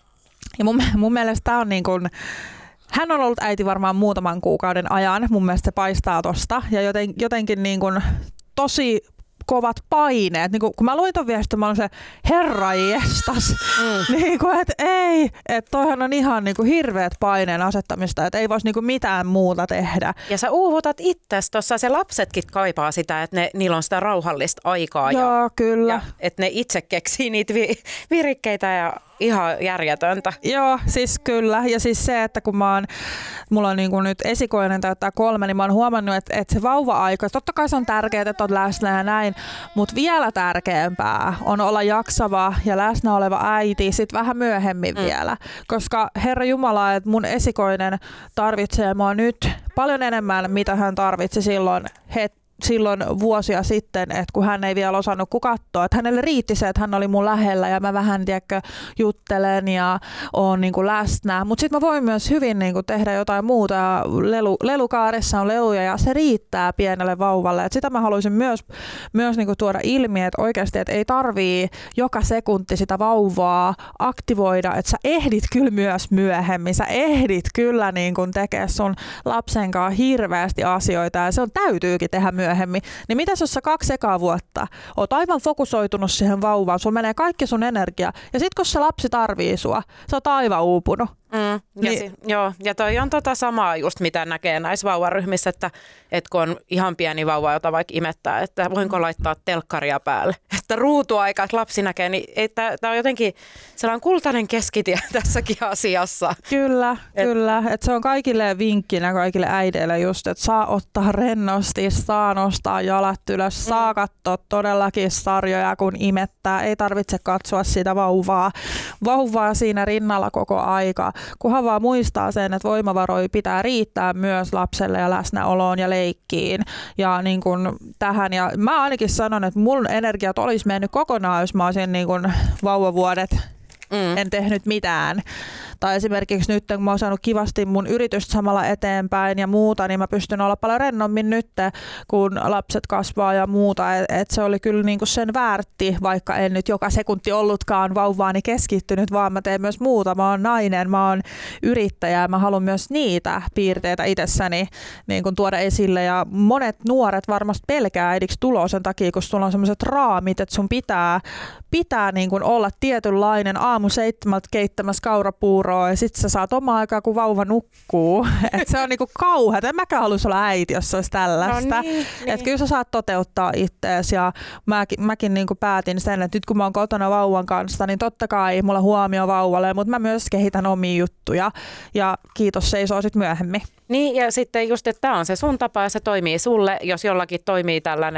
Ja mun, mun mielestä tää on niin kuin, hän on ollut äiti varmaan muutaman kuukauden ajan, mun mielestä se paistaa tosta, ja joten, jotenkin niin kuin tosi kovat paineet. Niin kun, kun mä luin ton viestin, mä olin se, herra jestas, mm. niin kuin, että ei, että toihan on ihan niin kuin hirveät paineen asettamista, että ei voisi niin kuin mitään muuta tehdä. Ja sä uuvutat itses tuossa, se lapsetkin kaipaa sitä, että ne, niillä on sitä rauhallista aikaa. Joo, ja, kyllä. Ja, että ne itse keksii niitä vi- virikkeitä ja ihan järjetöntä. Joo, siis kyllä. Ja siis se, että kun mä oon, mulla on niin kuin nyt esikoinen täyttää kolme, niin mä oon huomannut, että, että se vauva-aika, totta kai se on tärkeää, että on läsnä ja näin, mutta vielä tärkeämpää on olla jaksava ja läsnä oleva äiti sit vähän myöhemmin mm. vielä. Koska Herra Jumala, että mun esikoinen tarvitsee mua nyt paljon enemmän, mitä hän tarvitsi silloin heti. silloin vuosia sitten, että kun hän ei vielä osannut kun katsoa, että hänelle riitti se, että hän oli mun lähellä ja mä vähän tiedätkö, juttelen ja oon niin kuin läsnä, mutta sitten mä voin myös hyvin niin kuin tehdä jotain muuta ja lelu, lelukaaressa on leluja ja se riittää pienelle vauvalle, että sitä mä haluaisin myös, myös niin kuin tuoda ilmi, että oikeasti että ei tarvii joka sekunti sitä vauvaa aktivoida, että sä ehdit kyllä myös myöhemmin, sä ehdit kyllä niin kuin tekee sun lapsen kanssa hirveästi asioita ja se on täytyykin tehdä myöhemmin. Niin mitäs jos sä kaksi ekaa vuotta oot aivan fokusoitunut siihen vauvaan, sulla menee kaikki sun energia, ja sit kun se lapsi tarvii sua, sä oot aivan uupunut. Mm, ja, niin. si- joo, ja toi on tota samaa just mitä näkee näissä vauvaryhmissä, että, että kun on ihan pieni vauva, jota vaikka imettää, että voinko laittaa telkkaria päälle, että ruutuaika, että lapsi näkee, niin tämä on jotenkin sellainen kultainen keskitie tässäkin asiassa. Kyllä, et, kyllä, että se on kaikille vinkkinä, kaikille äideille just, että saa ottaa rennosti, saa nostaa jalat ylös, saa mm. katsoa todellakin sarjoja, kun imettää, ei tarvitse katsoa sitä vauvaa, vauvaa siinä rinnalla koko aika. Kunhan vaan muistaa sen, että voimavaroja pitää riittää myös lapselle ja läsnäoloon ja leikkiin ja niin kun tähän. Ja mä ainakin sanon, että mun energiat olisi mennyt kokonaan, jos mä olisin niin kun vauvavuodet mm. en tehnyt mitään. Tai esimerkiksi nyt, kun mä oon saanut kivasti mun yritystä samalla eteenpäin ja muuta, niin mä pystyn olla paljon rennommin nyt, kun lapset kasvaa ja muuta. Et, et se oli kyllä niinku sen väärti, vaikka en nyt joka sekunti ollutkaan vauvaani keskittynyt, vaan mä teen myös muuta. Mä oon nainen, mä oon yrittäjä ja mä haluan myös niitä piirteitä itsessäni niin kun tuoda esille. Ja monet nuoret varmasti pelkää äidiksi tuloa sen takia, kun sulla on sellaiset raamit, että sun pitää, pitää niin kun olla tietynlainen aamu seitsemältä keittämässä kaurapuuroa ja sit sä saat omaa aikaa, kun vauva nukkuu. Et se on niinku kauheata. En mäkään haluaisi olla äiti, jos se olisi tällaista. No niin, niin. Et kyllä sä saat toteuttaa itteesi. Ja mäkin, mäkin niinku päätin sen, että nyt kun mä oon kotona vauvan kanssa, niin totta kai mulla huomio vauvalle, mutta mä myös kehitän omia juttuja. Ja kiitos seisoo sit myöhemmin. Niin, ja sitten just, että tämä on se sun tapa ja se toimii sulle, jos jollakin toimii tällainen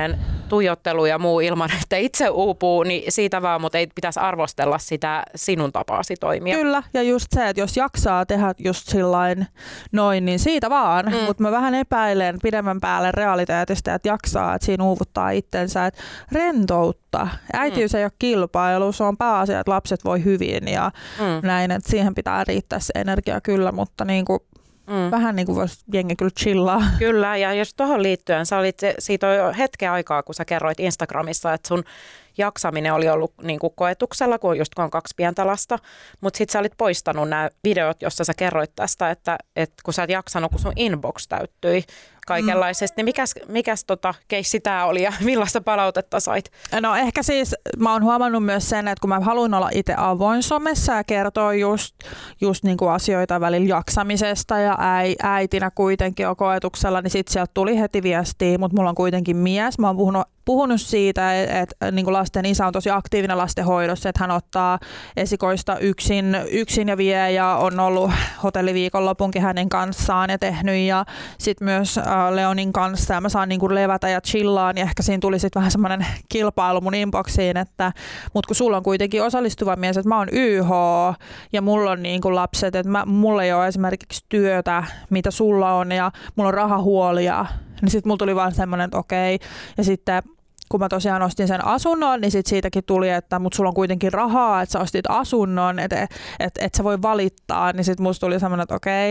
tuijottelu ja muu ilman, että itse uupuu, niin siitä vaan, mutta ei pitäisi arvostella sitä sinun tapaasi toimia. Kyllä, ja just se, että jos jaksaa tehdä just sillain noin, niin siitä vaan. Mm. Mutta mä vähän epäilen pidemmän päälle realiteetista, että jaksaa, että siinä uuvuttaa itsensä, että rentoutta. Äitiys mm. ei ole kilpailu, se on pääasia, että lapset voi hyvin ja mm. näin, että siihen pitää riittää se energia kyllä, mutta niinku Mm. vähän niin kuin voisi jengi kyllä chillaa. Kyllä, ja jos tuohon liittyen, sä olit, siitä on jo hetken aikaa, kun sä kerroit Instagramissa, että sun jaksaminen oli ollut niin kuin koetuksella, kun just kun on kaksi pientä lasta, mutta sitten sä olit poistanut nämä videot, jossa sä kerroit tästä, että, että kun sä et jaksanut, kun sun inbox täyttyi kaikenlaisesti, mm. niin mikäs, mikäs tota keissi tää oli ja millaista palautetta sait? No ehkä siis mä oon huomannut myös sen, että kun mä haluan olla itse avoin somessa ja kertoa just, just niin kuin asioita välillä jaksamisesta ja äi, äitinä kuitenkin on koetuksella, niin sit sieltä tuli heti viestiä, mutta mulla on kuitenkin mies. Mä oon puhunut, puhunut siitä, että, että niin kuin lasten isä on tosi aktiivinen lastenhoidossa, että hän ottaa esikoista yksin, yksin ja vie ja on ollut hotelliviikonlopunkin hänen kanssaan ja tehnyt ja sit myös Leonin kanssa ja mä saan niinku levätä ja chillaan, niin ehkä siinä tuli sitten vähän semmoinen kilpailu mun inboxiin, että mut kun sulla on kuitenkin osallistuva mies, että mä oon Y H ja mulla on niinku lapset, että mä, mulla ei ole esimerkiksi työtä, mitä sulla on ja mulla on rahahuolia, niin sitten mulla tuli vaan semmoinen, että okei, ja sitten kun mä tosiaan ostin sen asunnon, niin sit siitäkin tuli, että mut sulla on kuitenkin rahaa, että sä ostit asunnon, että et, et sä voi valittaa, niin sit musta tuli semmoinen, että okei,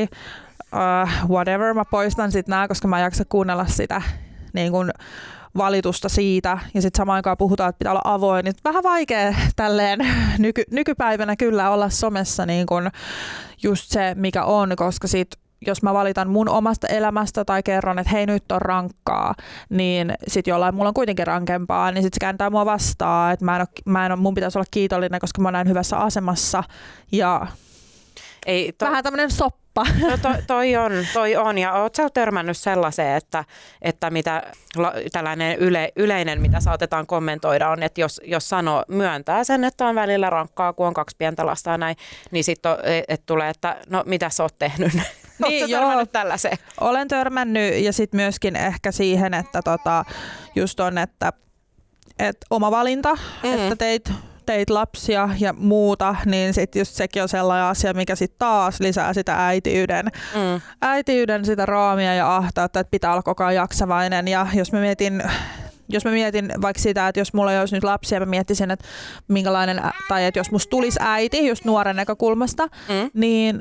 uh, whatever, mä poistan sit nää, koska mä en jaksa kuunnella sitä niin kun valitusta siitä, ja sitten samaan aikaan puhutaan, että pitää olla avoin, niin vähän vaikea tälleen nyky, nykypäivänä kyllä olla somessa niin kun just se, mikä on, koska sit jos mä valitan mun omasta elämästä tai kerron, että hei nyt on rankkaa, niin sit jollain mulla on kuitenkin rankempaa, niin sit se kääntää mua vastaan, että mä en ole, mä en ole, mun pitäisi olla kiitollinen, koska mä oon näin hyvässä asemassa ja Ei, to... vähän tämmönen soppa. No to, toi on, toi on, ja oot sä törmännyt sellaiseen, että, että mitä tällainen yle, yleinen, mitä saatetaan kommentoida on, että jos, jos sanoo, myöntää sen, että on välillä rankkaa, kun on kaksi pientä lasta ja näin, niin sitten et tulee, että no mitä sä oot tehnyt? Niin, joo, tällaiseen? Olen törmännyt ja sitten myöskin ehkä siihen, että tota, just on, että, että oma valinta, mm. että teit teit lapsia ja muuta, niin sitten just sekin on sellainen asia, mikä sitten taas lisää sitä äitiyden, mm. äitiyden sitä raamia ja ahtautta, että pitää olla koko ajan jaksavainen. Ja jos mä mietin, jos mä mietin vaikka sitä, että jos mulla ei olisi nyt lapsia, mä miettisin, että minkälainen, tai että jos musta tulisi äiti just nuoren näkökulmasta, mm. niin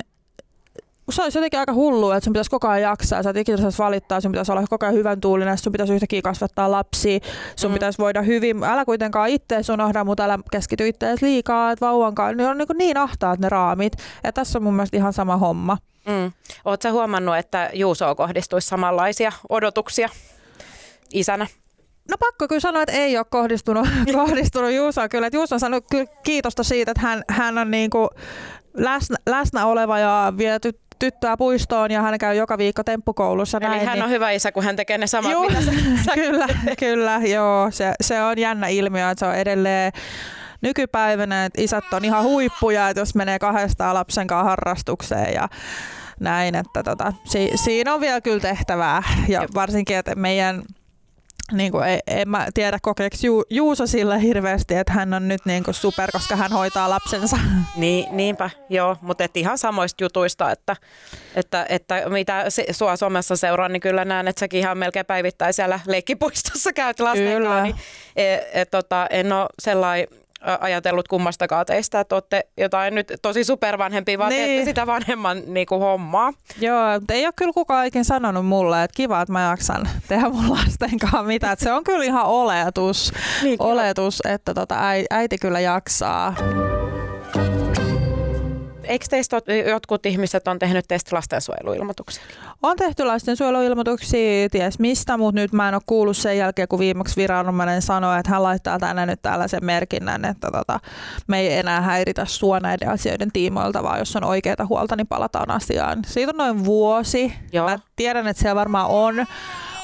se olisi jotenkin aika hullua, että sun pitäisi koko ajan jaksaa, sä et ikinä saisi valittaa, sun pitäisi olla koko ajan hyvän tuulinen, sun pitäisi yhtäkkiä kasvattaa lapsia, sun mm. pitäisi voida hyvin, älä kuitenkaan ittees unohda, mutta älä keskity ittees liikaa, että vauvankaan, ne on niin, niin ahtaat ne raamit, ja tässä on mun mielestä ihan sama homma. Mm. Ootko sä huomannut, että Juusoon kohdistuisi samanlaisia odotuksia isänä? No pakko kyllä sanoa, että ei ole kohdistunut, kohdistunut Juusoon kyllä, että Juuso on saanut kyllä kiitosta siitä, että hän, hän on niin kuin läsnä, läsnä oleva ja viety tyttöä puistoon ja hän käy joka viikko temppukoulussa. Eli näin, hän niin on hyvä isä, kun hän tekee ne samat, Juh, mitä sä, sä Kyllä, kyllä, joo. Se, se on jännä ilmiö, että se on edelleen nykypäivänä, että isät on ihan huippuja, että jos menee kahdestaan lapsen kanssa harrastukseen ja näin, että tota, si, siinä on vielä kyllä tehtävää ja varsinkin, että meidän niin kuin ei, en mä tiedä kokeeksi Ju, Juuso sille hirveästi, että hän on nyt niin kuin super, koska hän hoitaa lapsensa. Niin, niinpä, joo, mutta et ihan samoista jutuista, että, että, että mitä sua somessa seuraa, niin kyllä näen, että säkin ihan melkein päivittäin siellä leikkipuistossa käyt lasten kanssa. Niin, et, et, tota, en ole sellainen ajatellut kummastakaan teistä, että olette jotain nyt tosi supervanhempia, vaan niin. teette sitä vanhemman niin kuin hommaa. Joo, mutta ei ole kyllä kukaan ikinä sanonut mulle, että kiva, että mä jaksan tehdä mun lasten kanssa mitään. Että se on kyllä ihan oletus, niin, oletus että tota, äiti kyllä jaksaa. Eikö teistä jotkut ihmiset on tehnyt teistä lastensuojeluilmoituksia? On tehty lastensuojeluilmoituksia, ties mistä, mutta nyt mä en ole kuullut sen jälkeen, kun viimeksi viranomainen sanoi, että hän laittaa tänne nyt tällaisen merkinnän, että tota, me ei enää häiritä sua näiden asioiden tiimoilta, vaan jos on oikeaa huolta, niin palataan asiaan. Siitä on noin vuosi. Joo. Mä tiedän, että siellä varmaan on,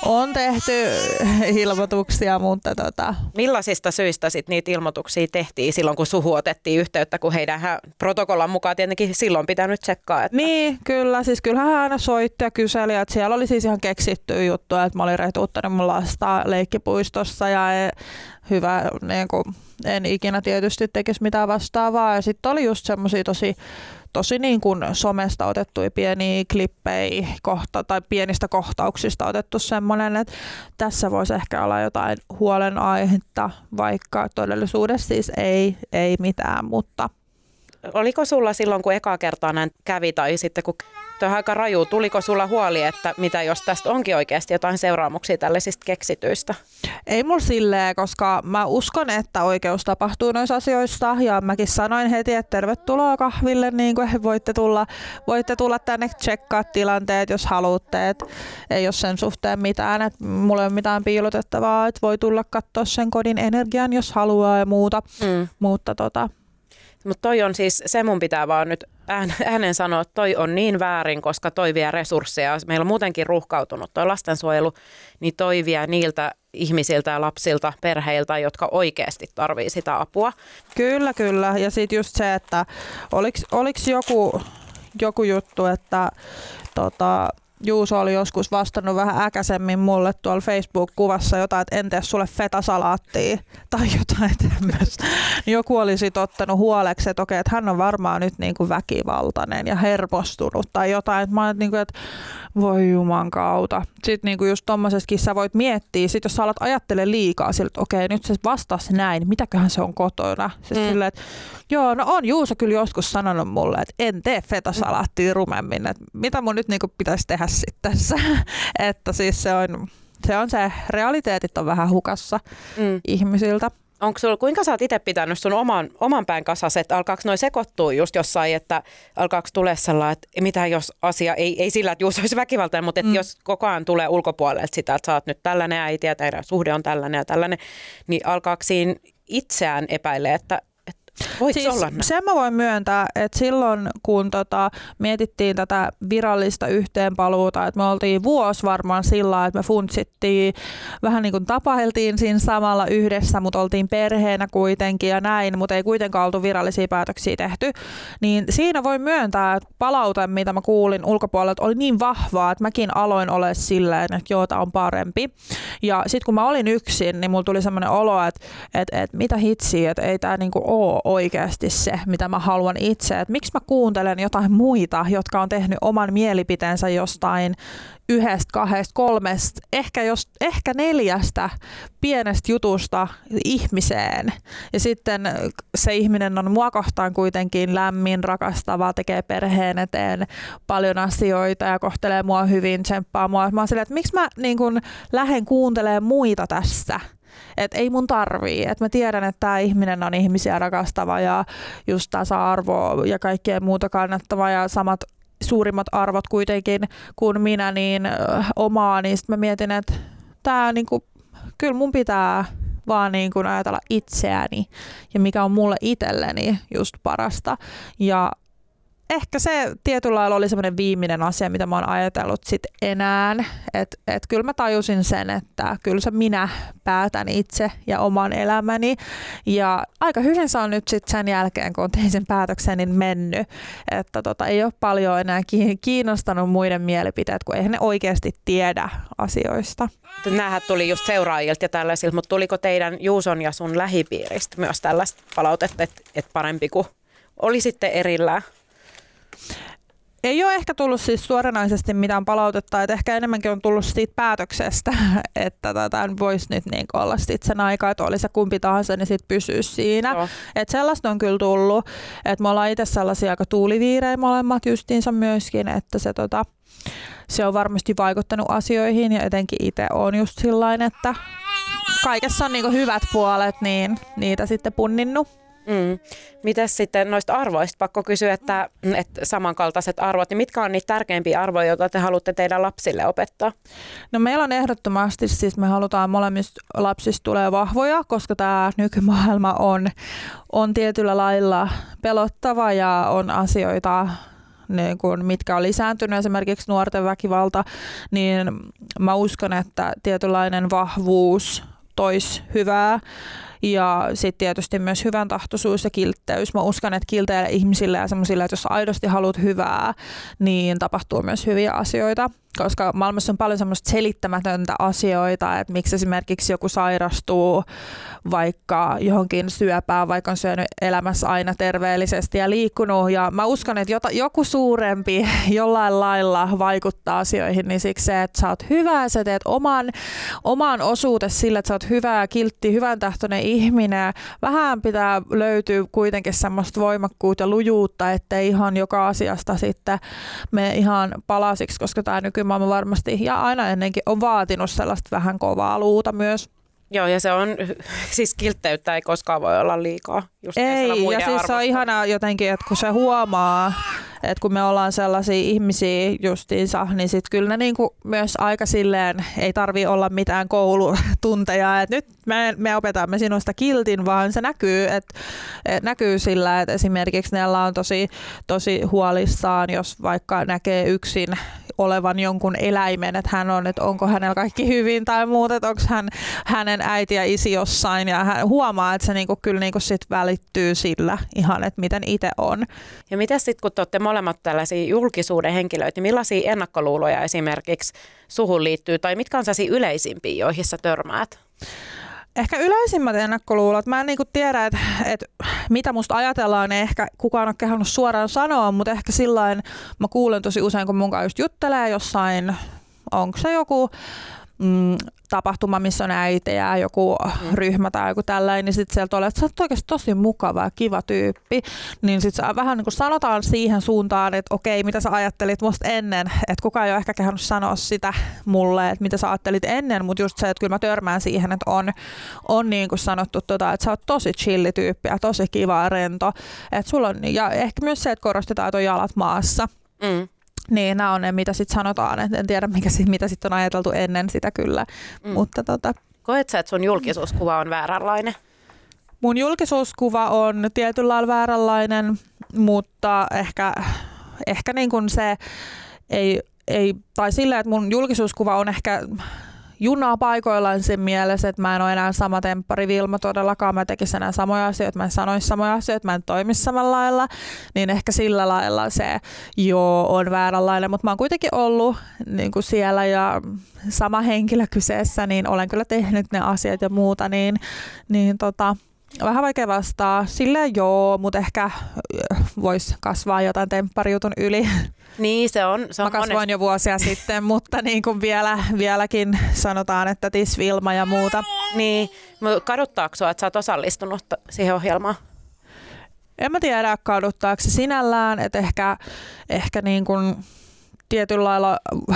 on tehty ilmoituksia, mutta tota... Millaisista syistä sit niitä ilmoituksia tehtiin silloin, kun suhu otettiin yhteyttä, kun heidän protokollan mukaan tietenkin silloin pitänyt tsekkaa? Että... Niin, kyllä. Siis kyllähän hän aina soitti ja kyseli, että siellä oli siis ihan keksitty juttu, että mä olin retuuttanut mun lasta leikkipuistossa ja e, hyvä, niin kuin, en ikinä tietysti tekisi mitään vastaavaa. Ja sitten oli just semmoisia tosi tosi niin kuin somesta otettuja pieniä klippejä kohta, tai pienistä kohtauksista otettu semmoinen, että tässä voisi ehkä olla jotain huolenaihetta, vaikka todellisuudessa siis ei, ei mitään, mutta... Oliko sulla silloin, kun ekaa kertaa näin kävi, tai sitten kun tuo aika raju, tuliko sulla huoli, että mitä jos tästä onkin oikeasti jotain seuraamuksia tällaisista keksityistä? Ei mulla silleen, koska mä uskon, että oikeus tapahtuu noissa asioissa, ja mäkin sanoin heti, että tervetuloa kahville, niin kuin voitte tulla, voitte tulla tänne tsekkaa tilanteet, jos haluatte, että ei ole sen suhteen mitään, että mulla ei ole mitään piilotettavaa, että voi tulla katsoa sen kodin energian, jos haluaa ja muuta, mm. mutta tota... Mutta toi on siis, se mun pitää vaan nyt äänen sanoa, että toi on niin väärin, koska toi vie resursseja. Meillä on muutenkin ruuhkautunut toi lastensuojelu, niin toi vie niiltä ihmisiltä ja lapsilta, perheiltä, jotka oikeasti tarvii sitä apua. Kyllä, kyllä. Ja sitten just se, että oliko joku, joku juttu, että tota, Juuso oli joskus vastannut vähän äkäisemmin mulle tuolla Facebook-kuvassa jotain, että en tee sulle fetasalaattia tai jotain tämmöistä. Joku oli sitten ottanut huoleksi, että okei, että hän on varmaan nyt niin kuin väkivaltainen ja hermostunut tai jotain. Että mä olen, niin kuin, että voi juman kautta. Sitten niin kuin just tommosestakin sä voit miettiä, sit jos sä alat ajattele liikaa sillä, että okei, nyt se vastasi näin, mitäköhän se on kotona. Siis mm. sille, että joo, no on Juuso kyllä joskus sanonut mulle, että en tee fetasalaattia rumemmin. Että mitä mun nyt niin kuin pitäisi tehdä sitten tässä, että siis se on, se on se, realiteetit on vähän hukassa mm. ihmisiltä. Onko sulla, kuinka sä oot itse pitänyt sun oman, oman pään kasassa, että alkaako noi sekoittua just jossain, että alkaako tulee sellainen, että mitä jos asia, ei, ei sillä, että Juuso olisi väkivaltainen, mutta mm. jos koko ajan tulee ulkopuolelta sitä, että sä oot nyt tällainen äiti ja teidän suhde on tällainen ja tällainen, niin alkaako siinä itseään epäilee, että Siis sen mä voin myöntää, että silloin kun tota, mietittiin tätä virallista yhteenpaluuta, että me oltiin vuosi varmaan sillä, että me funtsittiin, vähän niin kuin tapailtiin siinä samalla yhdessä, mutta oltiin perheenä kuitenkin ja näin, mutta ei kuitenkaan oltu virallisia päätöksiä tehty, niin siinä voi myöntää, että palaute, mitä mä kuulin ulkopuolelta, oli niin vahvaa, että mäkin aloin olla silleen, että joo, tää on parempi. Ja sitten kun mä olin yksin, niin mulla tuli semmoinen olo, että, että, että mitä hitsiä, että ei tää niinku oo oikeasti se, mitä mä haluan itse. Et miksi mä kuuntelen jotain muita, jotka on tehnyt oman mielipiteensä jostain yhdestä, kahdesta, kolmesta, ehkä, jos, ehkä neljästä pienestä jutusta ihmiseen. Ja sitten se ihminen on mua kohtaan kuitenkin lämmin, rakastava, tekee perheen eteen paljon asioita ja kohtelee mua hyvin, tsemppaa mua. Mä oon silleen, että miksi mä niin kun lähden kuuntelemaan muita tässä? Että ei mun tarvii. Että mä tiedän, että tämä ihminen on ihmisiä rakastava ja just tasa-arvoa ja kaikkea muuta kannattava ja samat suurimmat arvot kuitenkin kuin minä niin omaa. Niin sitten mä mietin, että tää niinku, kyllä mun pitää vaan niin kuin ajatella itseäni ja mikä on mulle itselleni just parasta. Ja ehkä se tietyllä lailla oli semmoinen viimeinen asia, mitä mä oon ajatellut sit enää. Että et kyllä mä tajusin sen, että kyllä se minä päätän itse ja oman elämäni. Ja aika hyvin se on nyt sit sen jälkeen, kun tein sen päätöksen, niin mennyt. Että tota, ei ole paljon enää kiinnostanut muiden mielipiteet, kun eihän ne oikeasti tiedä asioista. Nämähän tuli just seuraajilta ja tällaisilta, mutta tuliko teidän Juuson ja sun lähipiiristä myös tällaista palautetta, että et parempi kuin olisitte erillään? Ei ole ehkä tullut siis suoranaisesti mitään palautetta, että ehkä enemmänkin on tullut siitä päätöksestä, että tätä voisi nyt niin olla sit sen aikaa, että oli se kumpi tahansa, niin sitten pysyy siinä. No. Että sellaista on kyllä tullut, että me ollaan itse sellaisia aika tuuliviirejä molemmat justiinsa myöskin, että se, tota, se on varmasti vaikuttanut asioihin ja etenkin itse on just sillain, että kaikessa on niinku hyvät puolet, niin niitä sitten punninnut. Mm. Mitäs sitten noista arvoista? Pakko kysyä, että, että samankaltaiset arvot, niin mitkä on niitä tärkeimpiä arvoja, joita te haluatte teidän lapsille opettaa? No meillä on ehdottomasti, siis me halutaan molemmista lapsista tulee vahvoja, koska tämä nykymaailma on, on tietyllä lailla pelottava ja on asioita, niin kun, mitkä on lisääntynyt, esimerkiksi nuorten väkivalta, niin mä uskon, että tietynlainen vahvuus toisi hyvää. Ja sitten tietysti myös hyvän tahtoisuus ja kiltteys. Mä uskon, että kilteille ihmisille ja semmoisille, että jos aidosti haluat hyvää, niin tapahtuu myös hyviä asioita. Koska maailmassa on paljon semmoista selittämätöntä asioita, että miksi esimerkiksi joku sairastuu vaikka johonkin syöpään, vaikka on syönyt elämässä aina terveellisesti ja liikkunut. Ja mä uskon, että jota, joku suurempi jollain lailla vaikuttaa asioihin, niin siksi se, että sä oot hyvä, sä teet oman, oman osuutesi sillä, että sä oot hyvä, kiltti, hyvän tahtoinen ihminen. Vähän pitää löytyä kuitenkin semmoista voimakkuutta ja lujuutta, ettei ihan joka asiasta sitten mene ihan palasiksi, koska tämä nykymaailma varmasti ja aina ennenkin on vaatinut sellaista vähän kovaa luuta myös. Joo, ja se on, siis kiltteyttä ei koskaan voi olla liikaa. Just ei, ja siis arvostaa. Se on ihanaa jotenkin, että kun se huomaa, että kun me ollaan sellaisia ihmisiä justiinsa, niin sitten kyllä ne niinku myös aika silleen, ei tarvitse olla mitään koulutunteja, että nyt me, me opetamme sinusta kiltin, vaan se näkyy, että et näkyy sillä, että esimerkiksi Nella on tosi, tosi huolissaan, jos vaikka näkee yksin olevan jonkun eläimen, että hän on, että onko hänellä kaikki hyvin tai muuta, että onko hän, hänen äiti ja isi jossain, ja hän huomaa, että se niinku, kyllä niinku sit välittyy sillä ihan, että miten itse on. Ja mitä sitten, kun te olette molemmat tällaisia julkisuuden henkilöitä, niin millaisia ennakkoluuloja esimerkiksi suhun liittyy, tai mitkä on sellaisia yleisimpiä, joihin sä törmäät? Ehkä yleisimmät ennakkoluulot. Mä en niinku tiedä, että et mitä musta ajatellaan, ei ehkä kukaan ole kehannut suoraan sanoa, mutta ehkä sillain mä kuulen tosi usein, kun mun kanssa just juttelee jossain, onko se joku mm, tapahtuma, missä on äitejä, joku mm. ryhmä tai joku tällainen, niin sitten sieltä olet, että sä oot oikeasti tosi mukava ja kiva tyyppi. Niin sitten vähän niin kuin sanotaan siihen suuntaan, että okei, mitä sä ajattelit musta ennen, että kukaan ei ole ehkä kehannut sanoa sitä mulle, että mitä sä ajattelit ennen, mutta just se, että kyllä mä törmään siihen, että on, on niin kuin sanottu, tota, että sä oot tosi chilli tyyppi ja tosi kiva ja rento. Että sulla on, ja ehkä myös se, että korostetaan, että on jalat maassa. Mm. Niin, nämä on ne, mitä sitten sanotaan. Et en tiedä, mikä sit, mitä sitten on ajateltu ennen sitä kyllä. Mm. Mutta tota... Koet sä, että sun julkisuuskuva on vääränlainen? Mun julkisuuskuva on tietyllä lailla vääränlainen, mutta ehkä, ehkä niin kuin se ei, ei, tai sillä, että mun julkisuuskuva on ehkä junaa paikoillaan sen mielessä, että mä en ole enää sama temppari Vilma todellakaan, mä tekisin enää samoja asioita, mä en sanoisi samoja asioita, mä en toimisi samalla lailla, niin ehkä sillä lailla se joo on vääränlainen, mutta mä oon kuitenkin ollut niin kuin siellä ja sama henkilö kyseessä, niin olen kyllä tehnyt ne asiat ja muuta, niin, niin tota, vähän vaikea vastaa. Silleen joo, mutta ehkä voisi kasvaa jotain tempparijutun yli. Niin, se on. Se on Mä kasvoin monesti jo vuosia sitten, mutta niin kuin vielä, vieläkin sanotaan, että tis Vilma ja muuta. Niin, kaduttaako sinua, että sä oot osallistunut siihen ohjelmaan? En mä tiedä, kaduttaako se sinällään, että ehkä, ehkä niin kuin tietyllä lailla...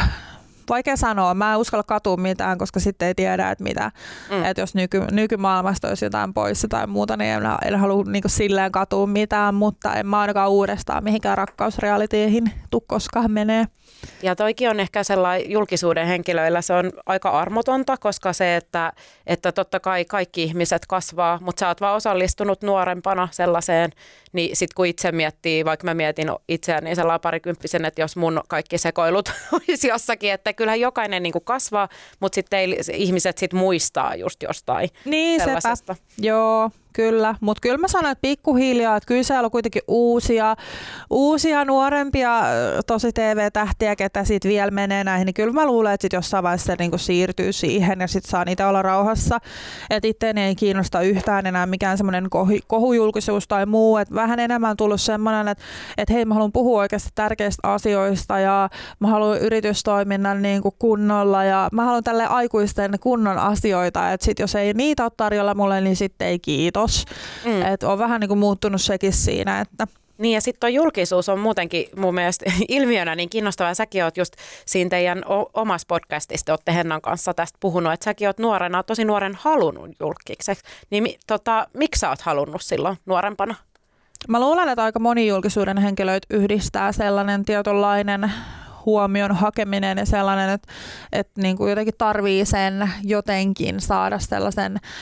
Vaikea sanoa. Mä en uskalla katua mitään, koska sitten ei tiedä, että mitä. Mm. Että jos nyky, nykymaailmasta olisi jotain poissa tai muuta, niin en, en halua niin kuin silleen katua mitään, mutta en mä ainakaan uudestaan mihinkään rakkausrealityihin tuu koskaan menee. Ja toikin on ehkä sellainen julkisuuden henkilöillä, se on aika armotonta, koska se, että, että totta kai kaikki ihmiset kasvaa, mutta sä oot vaan osallistunut nuorempana sellaiseen, niin sit kun itse miettii, vaikka mä mietin itseäni sellainen parikymppisen, että jos mun kaikki sekoilut olisi jossakin, että kyllähän jokainen niin kuin kasvaa, mutta sitten ihmiset sit muistaa just jostain niin, sellaisesta. Sepä. Joo. Kyllä, mutta kyllä mä sanon, että pikkuhiljaa, että kyllä siellä on kuitenkin uusia, uusia nuorempia tosi T V-tähtiä, ketä sitten vielä menee näihin, niin kyllä mä luulen, että sit jossain vaiheessa se niinku siirtyy siihen ja sitten saa niitä olla rauhassa. Että itseäni ei kiinnosta yhtään enää mikään semmoinen kohujulkisuus tai muu, että vähän enemmän on tullut semmoinen, että, että hei, mä haluan puhua oikeasti tärkeistä asioista ja mä haluan yritystoiminnan niinku kunnolla ja mä haluan tälle aikuisten kunnon asioita, että sit jos ei niitä ole tarjolla mulle, niin sitten ei kiitos. Mm. Että on vähän niin kuin muuttunut sekin siinä, että... Niin ja sitten tuo julkisuus on muutenkin mun mielestä ilmiönä niin kiinnostavaa. Säkin oot just siinä teidän o- omassa podcastissa, te ootte Hennan kanssa tästä puhunut, että säkin oot nuorena, tosi nuoren halunnut julkiseksi. Niin mi- tota, miksi sä oot halunnut silloin nuorempana? Mä luulen, että aika moni julkisuuden henkilöitä yhdistää sellainen tietynlainen huomion hakeminen ja sellainen, että, että niin kuin jotenkin tarvii sen jotenkin saada sellaisen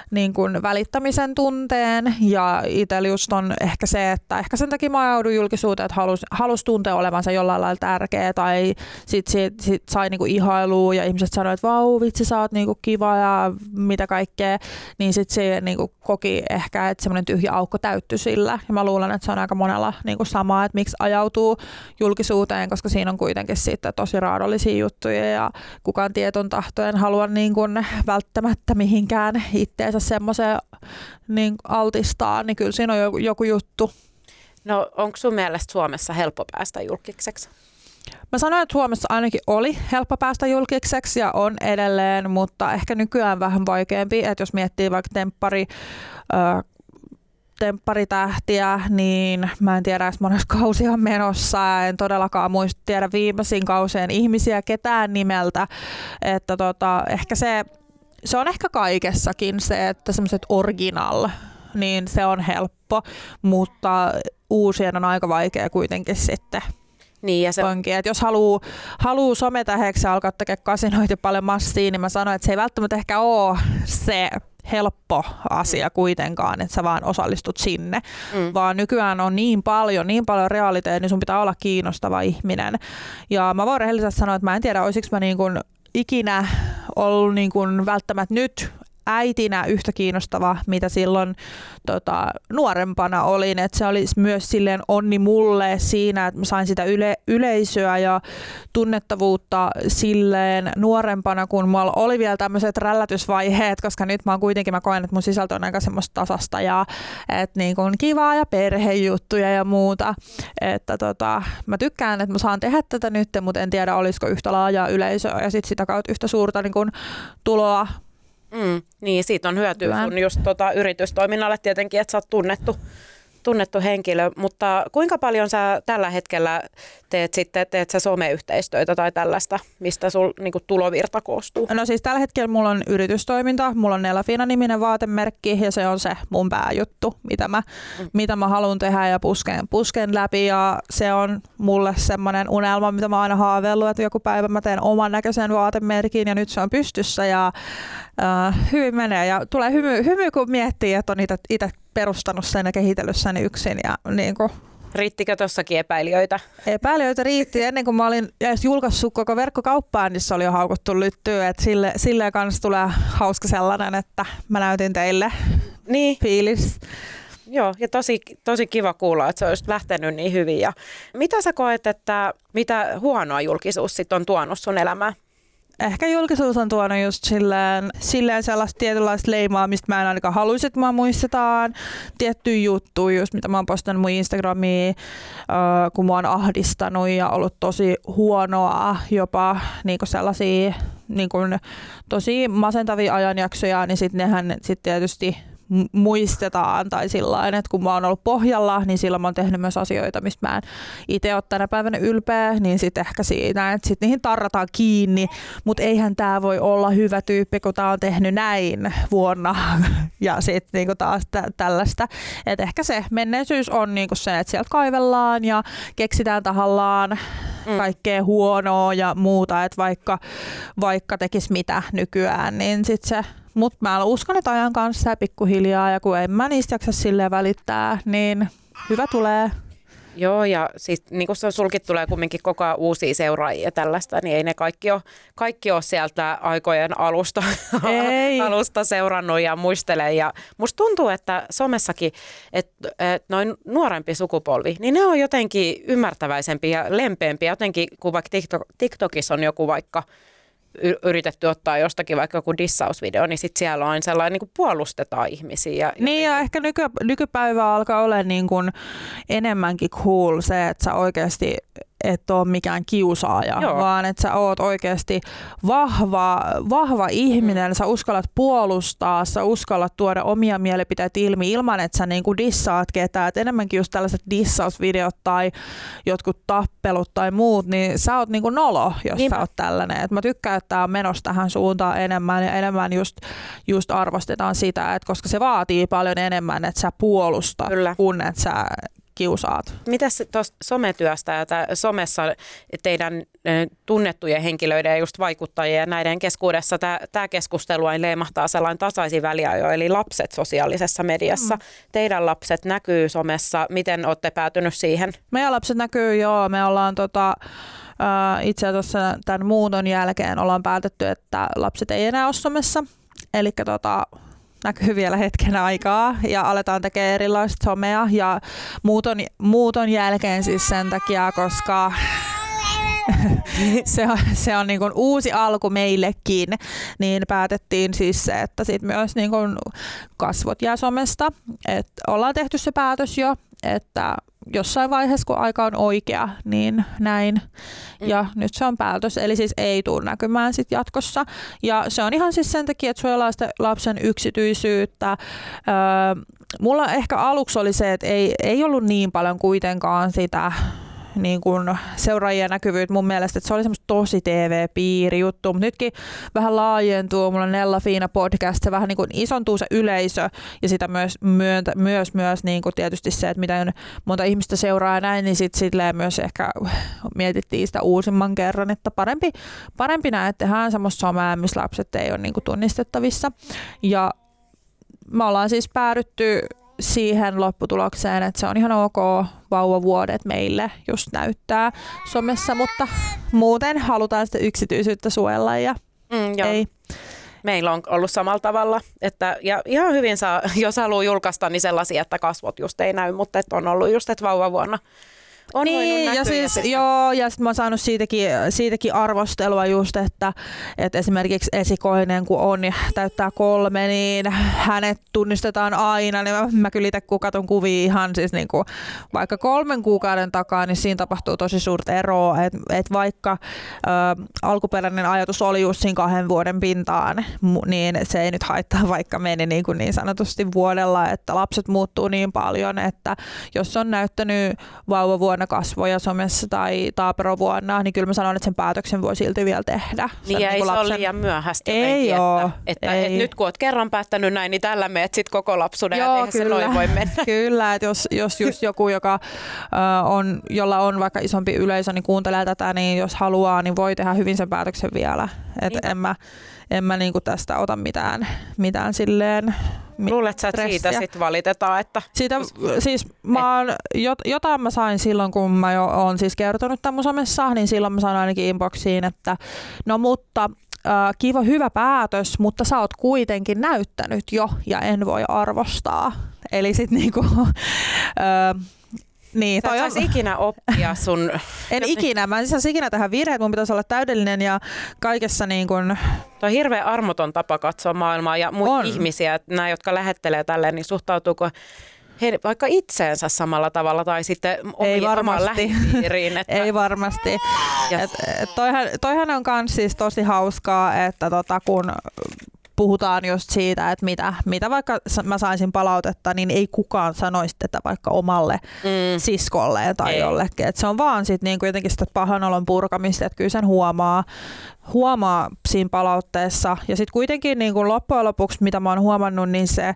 niin kuin välittämisen tunteen ja itsellä just on ehkä se, että ehkä sen takia mä joudun julkisuuteen, että halus, halus tuntea olevansa jollain lailla tärkeä tai sit, sit, sit sai niinku ihailua ja ihmiset sanoi, että vau vitsi sä oot niinku kiva ja mitä kaikkea, niin sit se niinku koki ehkä, että semmoinen tyhjä aukko täyttyi sillä ja mä luulen, että se on aika monella niinku sama, että miksi ajautuu julkisuuteen, koska siinä on kuitenkin sitten tosi raadollisia juttuja ja kukaan tieton tahtojen halua niinku välttämättä mihinkään itteensä semmoiseen niin altistaa, niin kyllä siinä on joku, joku juttu. No onko sun mielestä Suomessa helppo päästä julkiseksi? Mä sanoin, että Suomessa ainakin oli helppo päästä julkiseksi ja on edelleen, mutta ehkä nykyään vähän vaikeampi, että jos miettii vaikka temppari, ö, tempparitähtiä, niin mä en tiedä edes monessa kausi on menossa, en todellakaan muista tiedä viimeisin kausien ihmisiä ketään nimeltä, että tota, ehkä se, se on ehkä kaikessakin se, että semmoiset original, niin se on helppo, mutta uusien on aika vaikea kuitenkin sitten. Niin ja se onkin, että jos haluaa haluu sometäheksi ja alkaa tekemään kasinoita paljon massia, niin mä sanoin, että se ei välttämättä ehkä ole se helppo asia kuitenkaan, että sä vaan osallistut sinne, mm. vaan nykyään on niin paljon, niin paljon realiteettia, niin sun pitää olla kiinnostava ihminen. Ja mä voin rehellisesti sanoa, että mä en tiedä, olisiko mä niin kuin ikinä ollut niin kuin välttämättä nyt äitinä yhtä kiinnostava, mitä silloin tota, nuorempana olin. Et se oli myös silleen onni mulle siinä, että mä sain sitä yle- yleisöä ja tunnettavuutta silleen nuorempana, kun mulla oli vielä tämmöiset rällätysvaiheet, koska nyt mä oon kuitenkin, mä koen, että mun sisältö on aika semmoista tasasta ja et niin kun kivaa ja perhejuttuja ja muuta. Että tota, mä tykkään, että mä saan tehdä tätä nyt, mutta en tiedä, olisiko yhtä laajaa yleisöä ja sit sitä kautta yhtä suurta niin kun tuloa. Mm, niin, siitä on hyötyä sun just tota, yritystoiminnalle tietenkin, että sä oot tunnettu, tunnettu henkilö, mutta kuinka paljon sä tällä hetkellä teet sitten, teet sä someyhteistyötä tai tällaista, mistä sul niinku tulovirta koostuu? No siis tällä hetkellä mulla on yritystoiminta, mulla on Nelafina-niminen vaatemerkki ja se on se mun pääjuttu, mitä mä, mm. mitä mä haluan tehdä ja pusken, pusken läpi ja se on mulle semmoinen unelma, mitä mä oon aina haaveillut, että joku päivä mä teen oman näköisen vaatemerkin ja nyt se on pystyssä ja äh, hyvin menee ja tulee hymy, hymy kun miettii, että on itse perustanut sen ja kehitellyt sen yksin ja niin kuin riittikö tossakin epäilijöitä? Epäilijöitä riitti. Ennen kuin mä olin edes julkaissut koko verkkokauppaan, niin se oli jo haukuttu lyttyä. Että sille, silleen kanssa tulee hauska sellainen, että mä näytin teille niin. fiilis. Joo, ja tosi, tosi kiva kuulla, että se olisi lähtenyt niin hyvin. Ja mitä sä koet, että mitä huonoa julkisuus sitten on tuonut sun elämään? Ehkä julkisuus on tuonut just silleen, silleen sellaista tietynlaista leimaa, mistä mä en ainakaan haluaisi, että mä muistetaan. Tiettyjä juttuja, just mitä mä oon postannut mun Instagramiin, äh, kun mä oon ahdistanut ja ollut tosi huonoa, jopa niinku sellaisia niinku, tosi masentavia ajanjaksoja, niin sitten nehän sit tietysti muistetaan tai sillain, että kun mä oon ollut pohjalla, niin silloin mä oon tehnyt myös asioita, mistä mä en itse ole tänä päivänä ylpeä, niin sitten ehkä siinä, että sitten niihin tarrataan kiinni, mutta eihän tää voi olla hyvä tyyppi, kun tää on tehnyt näin vuonna ja sitten niinku taas tä- tällaista. Että ehkä se menneisyys on niinku se, että sieltä kaivellaan ja keksitään tahallaan mm. kaikkea huonoa ja muuta, että vaikka, vaikka tekisi mitä nykyään, niin sitten se mutta mä uskon, että ajan kanssa ja pikkuhiljaa, ja kun en mä niistä jaksa silleen välittää, niin hyvä tulee. Joo, ja siis niin kun sulkin tulee kumminkin koko ajan uusia seuraajia ja tällaista, niin ei ne kaikki ole, kaikki ole sieltä aikojen alusta, alusta seurannut ja muistelee. Ja musta tuntuu, että somessakin, että et noin nuorempi sukupolvi, niin ne on jotenkin ymmärtäväisempiä ja lempeämpiä, jotenkin kuin vaikka TikTok, TikTokissa on joku vaikka yritetty ottaa jostakin vaikka joku dissausvideo, niin sitten siellä on sellainen, niin kuin puolustetaan ihmisiä. Niin ja ehkä nyky, nykypäivä alkaa olla niin kuin enemmänkin cool se, että sä oikeasti et ole mikään kiusaaja, Joo. vaan että sä oot oikeasti vahva, vahva ihminen, mm. sä uskallat puolustaa, sä uskallat tuoda omia mielipiteitä ilmi ilman, että sä niinku dissaat ketään. Et enemmänkin just tällaiset dissausvideot tai jotkut tappelut tai muut, niin sä oot niinku nolo, jos Niinpä. Sä oot tällainen. Et mä tykkään, että tää on menossa tähän suuntaan enemmän ja enemmän just, just arvostetaan sitä, että koska se vaatii paljon enemmän, että sä puolustat, Kyllä. kun että sä kiusaat. Mitäs tuosta sometyöstä ja somessa teidän tunnettujen henkilöiden ja just vaikuttajien ja näiden keskuudessa tämä keskustelu leimahtaa sellainen tasaisin väliajo, eli lapset sosiaalisessa mediassa. Mm. Teidän lapset näkyy somessa. Miten olette päätynyt siihen? Meidän lapset näkyy, joo. Me ollaan tota, äh, itse asiassa tämän muuton jälkeen ollaan päätetty, että lapset ei enää ole somessa. Eli tota, näkyy vielä hetken aikaa ja aletaan tekemään erilaista somea ja muuton, muuton jälkeen siis sen takia, koska se on, se on niin kuin uusi alku meillekin, niin päätettiin siis se, että sit myös niin kuin kasvot jää somesta. Et ollaan tehty se päätös jo, että jossain vaiheessa, kun aika on oikea, niin näin. Ja mm. nyt se on päätös, eli siis ei tule näkymään sit jatkossa. Ja se on ihan siis sen takia, että suojellaan sitä lapsen yksityisyyttä. Öö, mulla ehkä aluksi oli se, että ei, ei ollut niin paljon kuitenkaan sitä niin kuin seuraajien näkyvyyttä mun mielestä, että se oli semmoista tosi T V-piiri juttu, mutta nytkin vähän laajentuu, mulla on Nella Fiina podcast, se vähän niin kuin isontuu se yleisö ja sitä myös, myöntä, myös, myös niin kuin tietysti se, että mitä monta ihmistä seuraa ja näin, niin sitten silleen myös ehkä mietittiin sitä uusimman kerran, että parempi, parempi näin, että tehdään semmoista somea, missä lapset ei ole niin kuin tunnistettavissa. Ja me ollaan siis päädytty siihen lopputulokseen, että se on ihan ok vauvavuodet meille just näyttää somessa, mutta muuten halutaan sitä yksityisyyttä suojella ja mm, joo. ei. Meillä on ollut samalla tavalla, että ja ihan hyvin saa, jos haluaa julkaista, niin sellaisia, että kasvot just ei näy, mutta että on ollut just, että vauvavuonna on niin, ja siis, joo, ja sitten mä oon saanut siitäkin, siitäkin arvostelua just, että, että esimerkiksi esikoinen, kun on ja täyttää kolme, niin hänet tunnistetaan aina, niin mä, mä kyllä itse kun katson kuvia ihan siis niin kuin, vaikka kolmen kuukauden takaa, niin siinä tapahtuu tosi suurta eroa, että et vaikka ä, alkuperäinen ajatus oli just siinä kahden vuoden pintaan, niin se ei nyt haittaa, vaikka meni niin, kuin niin sanotusti vuodella, että lapset muuttuu niin paljon, että jos on näyttänyt vauvavuonna kasvoja somessa tai taaperovuonna, niin kyllä mä sanon, että sen päätöksen voi silti vielä tehdä. Niin ja niin ei se lapsen... ole liian myöhäistä. Ei ole. Että, että, ei. että nyt kun oot kerran päättänyt näin, niin tällä meet sit koko lapsuuden, joo, ja eihän se noin voi mennä. Kyllä, että jos, jos just joku, joka, äh, on, jolla on vaikka isompi yleisö, niin kuuntelee tätä, niin jos haluaa, niin voi tehdä hyvin sen päätöksen vielä. Että niin. en mä, en mä niinku tästä ota mitään, mitään silleen... Luulet sä, että siitä sitten valitetaan? Että... Siitä, siis mä oon, jotain mä sain silloin, kun mä jo oon siis kertonut tämän mun somessa, niin silloin mä sain ainakin inboxiin, että no mutta äh, kiva, hyvä päätös, mutta sä oot kuitenkin näyttänyt jo ja en voi arvostaa. Eli sit niinku... Äh, Niin, sä et saisi ikinä oppia sun... En ikinä. Mä en saisi ikinä tähän virheet. Mun pitäisi olla täydellinen ja kaikessa niin kuin... Tuo on hirveän armoton tapa katsoa maailmaa ja muita ihmisiä, nämä, jotka lähettelee tälleen, niin suhtautuuko he vaikka itseensä samalla tavalla tai sitten ei omaan lähipiiriin. Että... Ei varmasti. Et, et toihan, toihan on kans siis tosi hauskaa, että tota, kun... puhutaan just siitä, että mitä, mitä vaikka mä saisin palautetta, niin ei kukaan sanoisi tätä vaikka omalle mm. siskolle tai ei. jollekin. Et se on vaan sit niinku jotenkin sitä pahan olon purkamista, että kyllä sen huomaa, huomaa siinä palautteessa. Ja sitten kuitenkin niinku loppujen lopuksi, mitä mä oon huomannut, niin se,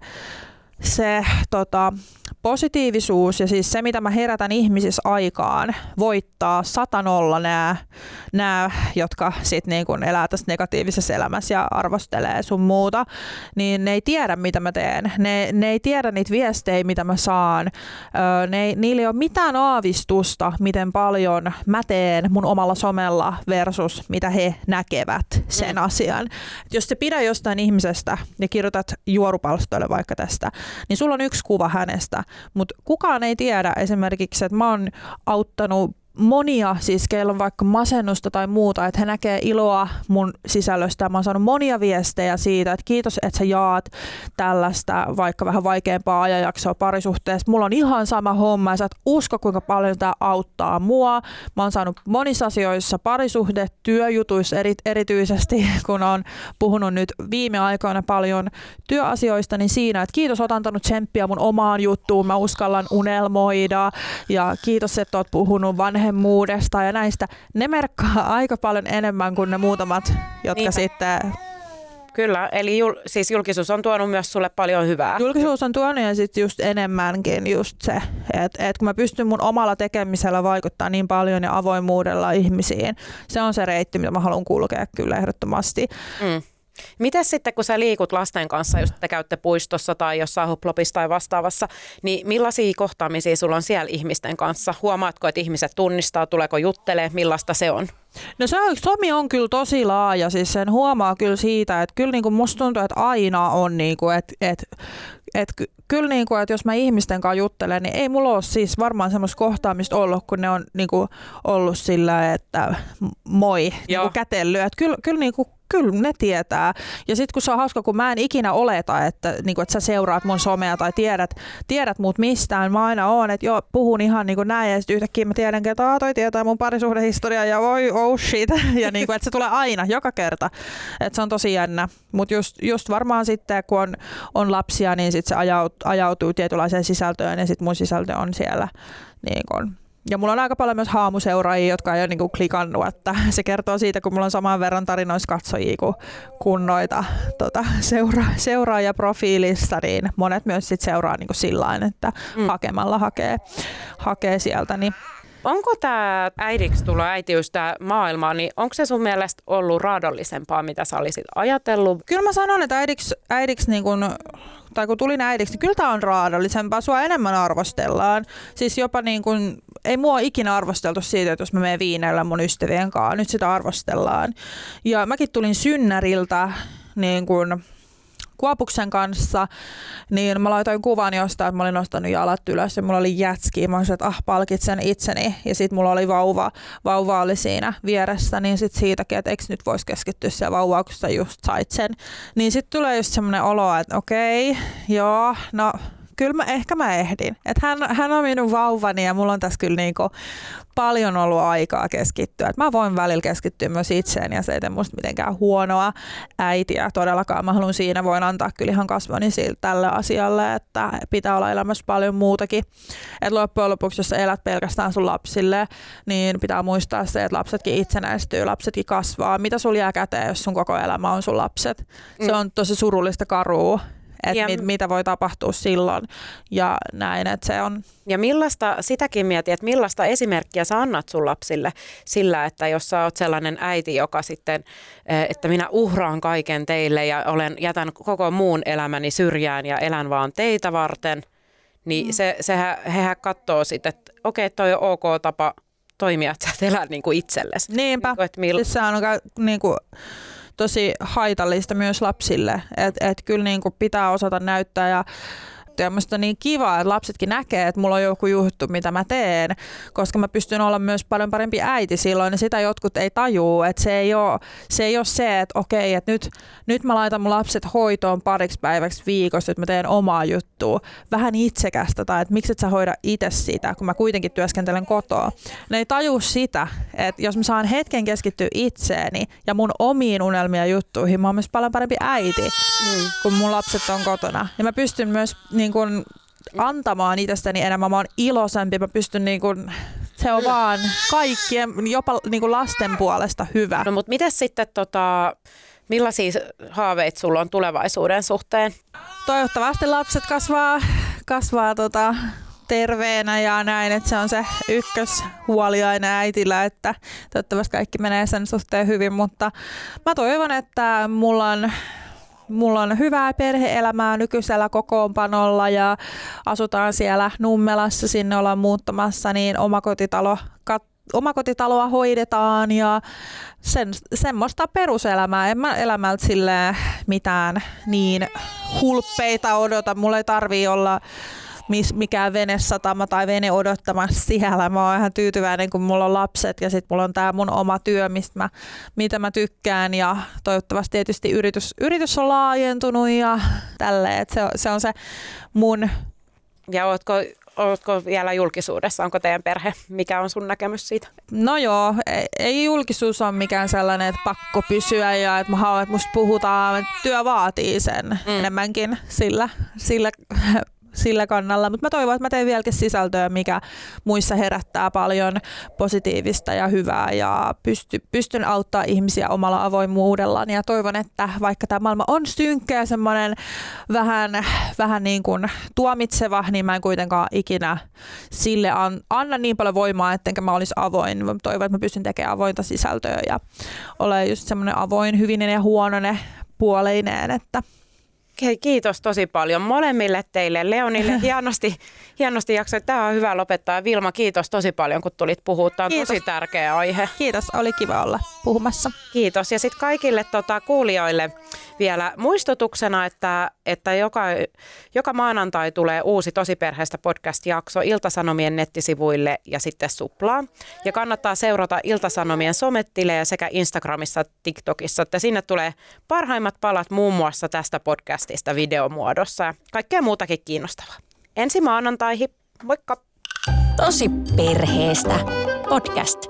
se tota, positiivisuus ja siis se, mitä mä herätän ihmisissä aikaan, voittaa sata nolla nämä, nämä jotka sit niin kun elää tässä negatiivisessa elämässä ja arvostelee sun muuta, niin ne ei tiedä, mitä mä teen. Ne, ne ei tiedä niitä viestejä, mitä mä saan. Öö, ne, niillä ei ole mitään aavistusta, miten paljon mä teen mun omalla somella versus mitä he näkevät sen mm. asian. Et jos sä pidä jostain ihmisestä ja kirjoitat juorupalstoille vaikka tästä, niin sulla on yksi kuva hänestä. Mutta kukaan ei tiedä esimerkiksi, että mä oon auttanut monia, siis keillä on vaikka masennusta tai muuta, että he näkee iloa mun sisällöstä. Mä oon saanut monia viestejä siitä, että kiitos, että sä jaat tällaista vaikka vähän vaikeampaa ajanjaksoa parisuhteesta. Mulla on ihan sama homma ja sä et usko, kuinka paljon tää auttaa mua. Mä oon saanut monissa asioissa parisuhde, työjutuissa eri, erityisesti, kun on puhunut nyt viime aikoina paljon työasioista, niin siinä, että kiitos, oot antanut tsemppiä mun omaan juttuun, mä uskallan unelmoida ja kiitos, että oot puhunut vanhemmuudesta ja näistä. Ne merkkaa aika paljon enemmän kuin ne muutamat, jotka Niinpä. sitten Kyllä, eli jul, siis julkisuus on tuonut myös sulle paljon hyvää. Julkisuus on tuonut ja sitten just enemmänkin just se, että et kun mä pystyn mun omalla tekemisellä vaikuttaa niin paljon ja avoimuudella ihmisiin, se on se reitti, mitä mä haluan kulkea kyllä ehdottomasti. Mm. Mites sitten, kun sä liikut lasten kanssa, jos te käytte puistossa tai jossain huplopissa tai vastaavassa, niin millaisia kohtaamisia sulla on siellä ihmisten kanssa? Huomaatko, että ihmiset tunnistaa, tuleeko juttelee, millaista se on? No se on, Somi on kyllä tosi laaja, siis sen huomaa kyllä siitä, että kyllä niinku musta tuntuu, että aina on, niinku, että et, et, kyllä niinku, että jos mä ihmisten kanssa juttelen, niin ei mulla ole siis varmaan semmoista kohtaamista ollut, kun ne on niinku ollut sillä, että moi, niinku kätellyt, että kyllä, kyllä niinku Kyllä ne tietää. Ja sitten kun se on hauska, kun mä en ikinä oleta, että, niin kun, että sä seuraat mun somea tai tiedät, tiedät mut mistään. Mä aina oon, että joo, puhun ihan niin kuin näin ja sitten yhtäkkiä mä tiedän, että toi tietää mun parisuhdehistoriaa ja voi oh shit. Ja niin kuin, että se tulee aina, joka kerta. Että se on tosi jännä. Mutta just, just varmaan sitten, kun on, on lapsia, niin sit se ajaut, ajautuu tietynlaiseen sisältöön ja sitten mun sisältö on siellä niin kun. Ja mulla on aika paljon myös haamuseuraajia, jotka ei ole niinku klikannut, että se kertoo siitä, kun mulla on saman verran tarinoiskatsojia kuin kun noita tota, seura- seuraajaprofiilista, niin monet myös sit seuraa niinku sillain, että mm. hakemalla hakee, hakee sieltä. Niin. Onko tämä äidiksi tulo, äitiys, tämä maailma, niin onko se sun mielestä ollut raadollisempaa, mitä sä olisit ajatellut? Kyllä mä sanon, että äidiksi, äidiksi niin kun, tai kun tulin äidiksi, niin kyllä tämä on raadollisempaa. Sua enemmän arvostellaan. Siis jopa niin kun, ei mua ikinä arvosteltu siitä, että jos mä menen viineillä mun ystävien kanssa, nyt sitä arvostellaan. Ja mäkin tulin synnäriltä niin kun, Kuopuksen kanssa, niin mä laitoin kuvan jostain, että mä olin nostanut jalat ylös ja mulla oli jätski. Mä olisin, että ah, palkitsen itseni. Ja sit mulla oli vauva, vauva oli siinä vieressä, niin sit siitäkin, että eikö nyt voisi keskittyä siihen vauvaan, kun sä just sait sen. Niin sit tulee just semmoinen olo, että okei, joo, no kyllä mä, ehkä mä ehdin. Että hän, hän on minun vauvani ja mulla on tässä kyllä niinku paljon ollut aikaa keskittyä. Et mä voin välillä keskittyä myös itseen ja se ei tee musta mitenkään huonoa äitiä todellakaan. Mä haluan siinä, voin antaa kyllä ihan kasvoni tälle asialle, että pitää olla elämässä paljon muutakin. Et loppujen lopuksi, jos sä elät pelkästään sun lapsille, niin pitää muistaa se, että lapsetkin itsenäistyy, lapsetkin kasvaa. Mitä sulla jää käteen, jos sun koko elämä on sun lapset? Se on tosi surullista karua. Että mit, mitä voi tapahtua silloin ja näin, että se on. Ja millaista, sitäkin mietin, että millaista esimerkkiä sä annat sun lapsille sillä, että jos sä oot sellainen äiti, joka sitten, että minä uhraan kaiken teille ja olen, jätän koko muun elämäni syrjään ja elän vaan teitä varten, niin mm. se, sehän, hehän katsoo sitten, että okei, okay, toi on ok tapa toimia, että sä elät niin kuin itsellesi. Niinpä, niin mil... se on niin kuin tosi haitallista myös lapsille, että et kyllä niinku pitää osata näyttää ja musta on niin kiva, että lapsetkin näkee, että mulla on joku juttu, mitä mä teen, koska mä pystyn olla myös paljon parempi äiti silloin ja sitä jotkut ei tajuu, että se ei ole se, ei ole se että okei, että nyt, nyt mä laitan mun lapset hoitoon pariksi päiväksi viikossa, että mä teen omaa juttua, vähän itsekästä tai että miksi et sä hoida itse sitä, kun mä kuitenkin työskentelen kotoa. Ne ei tajuu sitä, että jos mä saan hetken keskittyä itseeni ja mun omiin unelmia juttuihin, mä oon myös paljon parempi äiti, mm. kun mun lapset on kotona. Ja mä pystyn myös niin kun antamaan itsestäni enemmän, mä oon iloisempi, mä pystyn niin kun, se on vaan kaikkien, jopa niin kun lasten puolesta hyvä. No mutta miten sitten, tota, millaisia haaveita sulla on tulevaisuuden suhteen? Toivottavasti lapset kasvaa, kasvaa tota, terveenä ja näin, että se on se ykköshuoli aina äitillä, että toivottavasti kaikki menee sen suhteen hyvin, mutta mä toivon, että mulla on Mulla on hyvää perhe-elämää nykyisellä kokoonpanolla ja asutaan siellä Nummelassa, sinne ollaan muuttamassa, niin omakotitalo, kat, omakotitaloa hoidetaan ja sen, semmoista peruselämää. En mä elämältä silleen mitään niin hulppeita odota, mulla ei tarvii olla mikään venesatama tai vene odottamassa siellä. Mä oon ihan tyytyväinen, kun mulla on lapset ja sit mulla on tää mun oma työ, mistä mä, mitä mä tykkään ja toivottavasti tietysti yritys, yritys on laajentunut ja tälleen. Se, se on se mun. Ja ootko, ootko vielä julkisuudessa? Onko teidän perhe? Mikä on sun näkemys siitä? No joo, ei, ei julkisuus ole mikään sellainen, että pakko pysyä ja että mä haluan, että musta puhutaan, että työ vaatii sen mm. enemmänkin sillä, sillä sillä kannalla, mutta mä toivon, että mä teen vieläkin sisältöä, mikä muissa herättää paljon positiivista ja hyvää ja pysty, pystyn auttaa ihmisiä omalla avoimuudellaan ja toivon, että vaikka tämä maailma on synkkä ja semmoinen vähän, vähän niin kuin tuomitseva, niin mä en kuitenkaan ikinä sille an, anna niin paljon voimaa, ettenkö mä olisi avoin. Mä toivon, että mä pystyn tekemään avointa sisältöä ja olen just semmoinen avoin, hyvinen ja huonoinen puoleinen, että Hei, kiitos tosi paljon molemmille teille. Leonille hienosti, hienosti jaksoit. Tämä on hyvä lopettaa. Ja Vilma, kiitos tosi paljon, kun tulit puhumaan. Tämä on kiitos. Tosi tärkeä aihe. Kiitos, oli kiva olla puhumassa. Kiitos. Ja sitten kaikille tota, kuulijoille vielä muistutuksena, että, että joka, joka maanantai tulee uusi Tosiperheestä podcast-jakso Ilta-Sanomien nettisivuille ja sitten Suplaa. Ja kannattaa seurata Ilta-Sanomien somettilejä sekä Instagramissa, TikTokissa, että sinne tulee parhaimmat palat muun muassa tästä podcastista videomuodossa ja kaikkea muutakin kiinnostavaa. Ensi maanantaihin, moikka! Tosiperheestä podcast.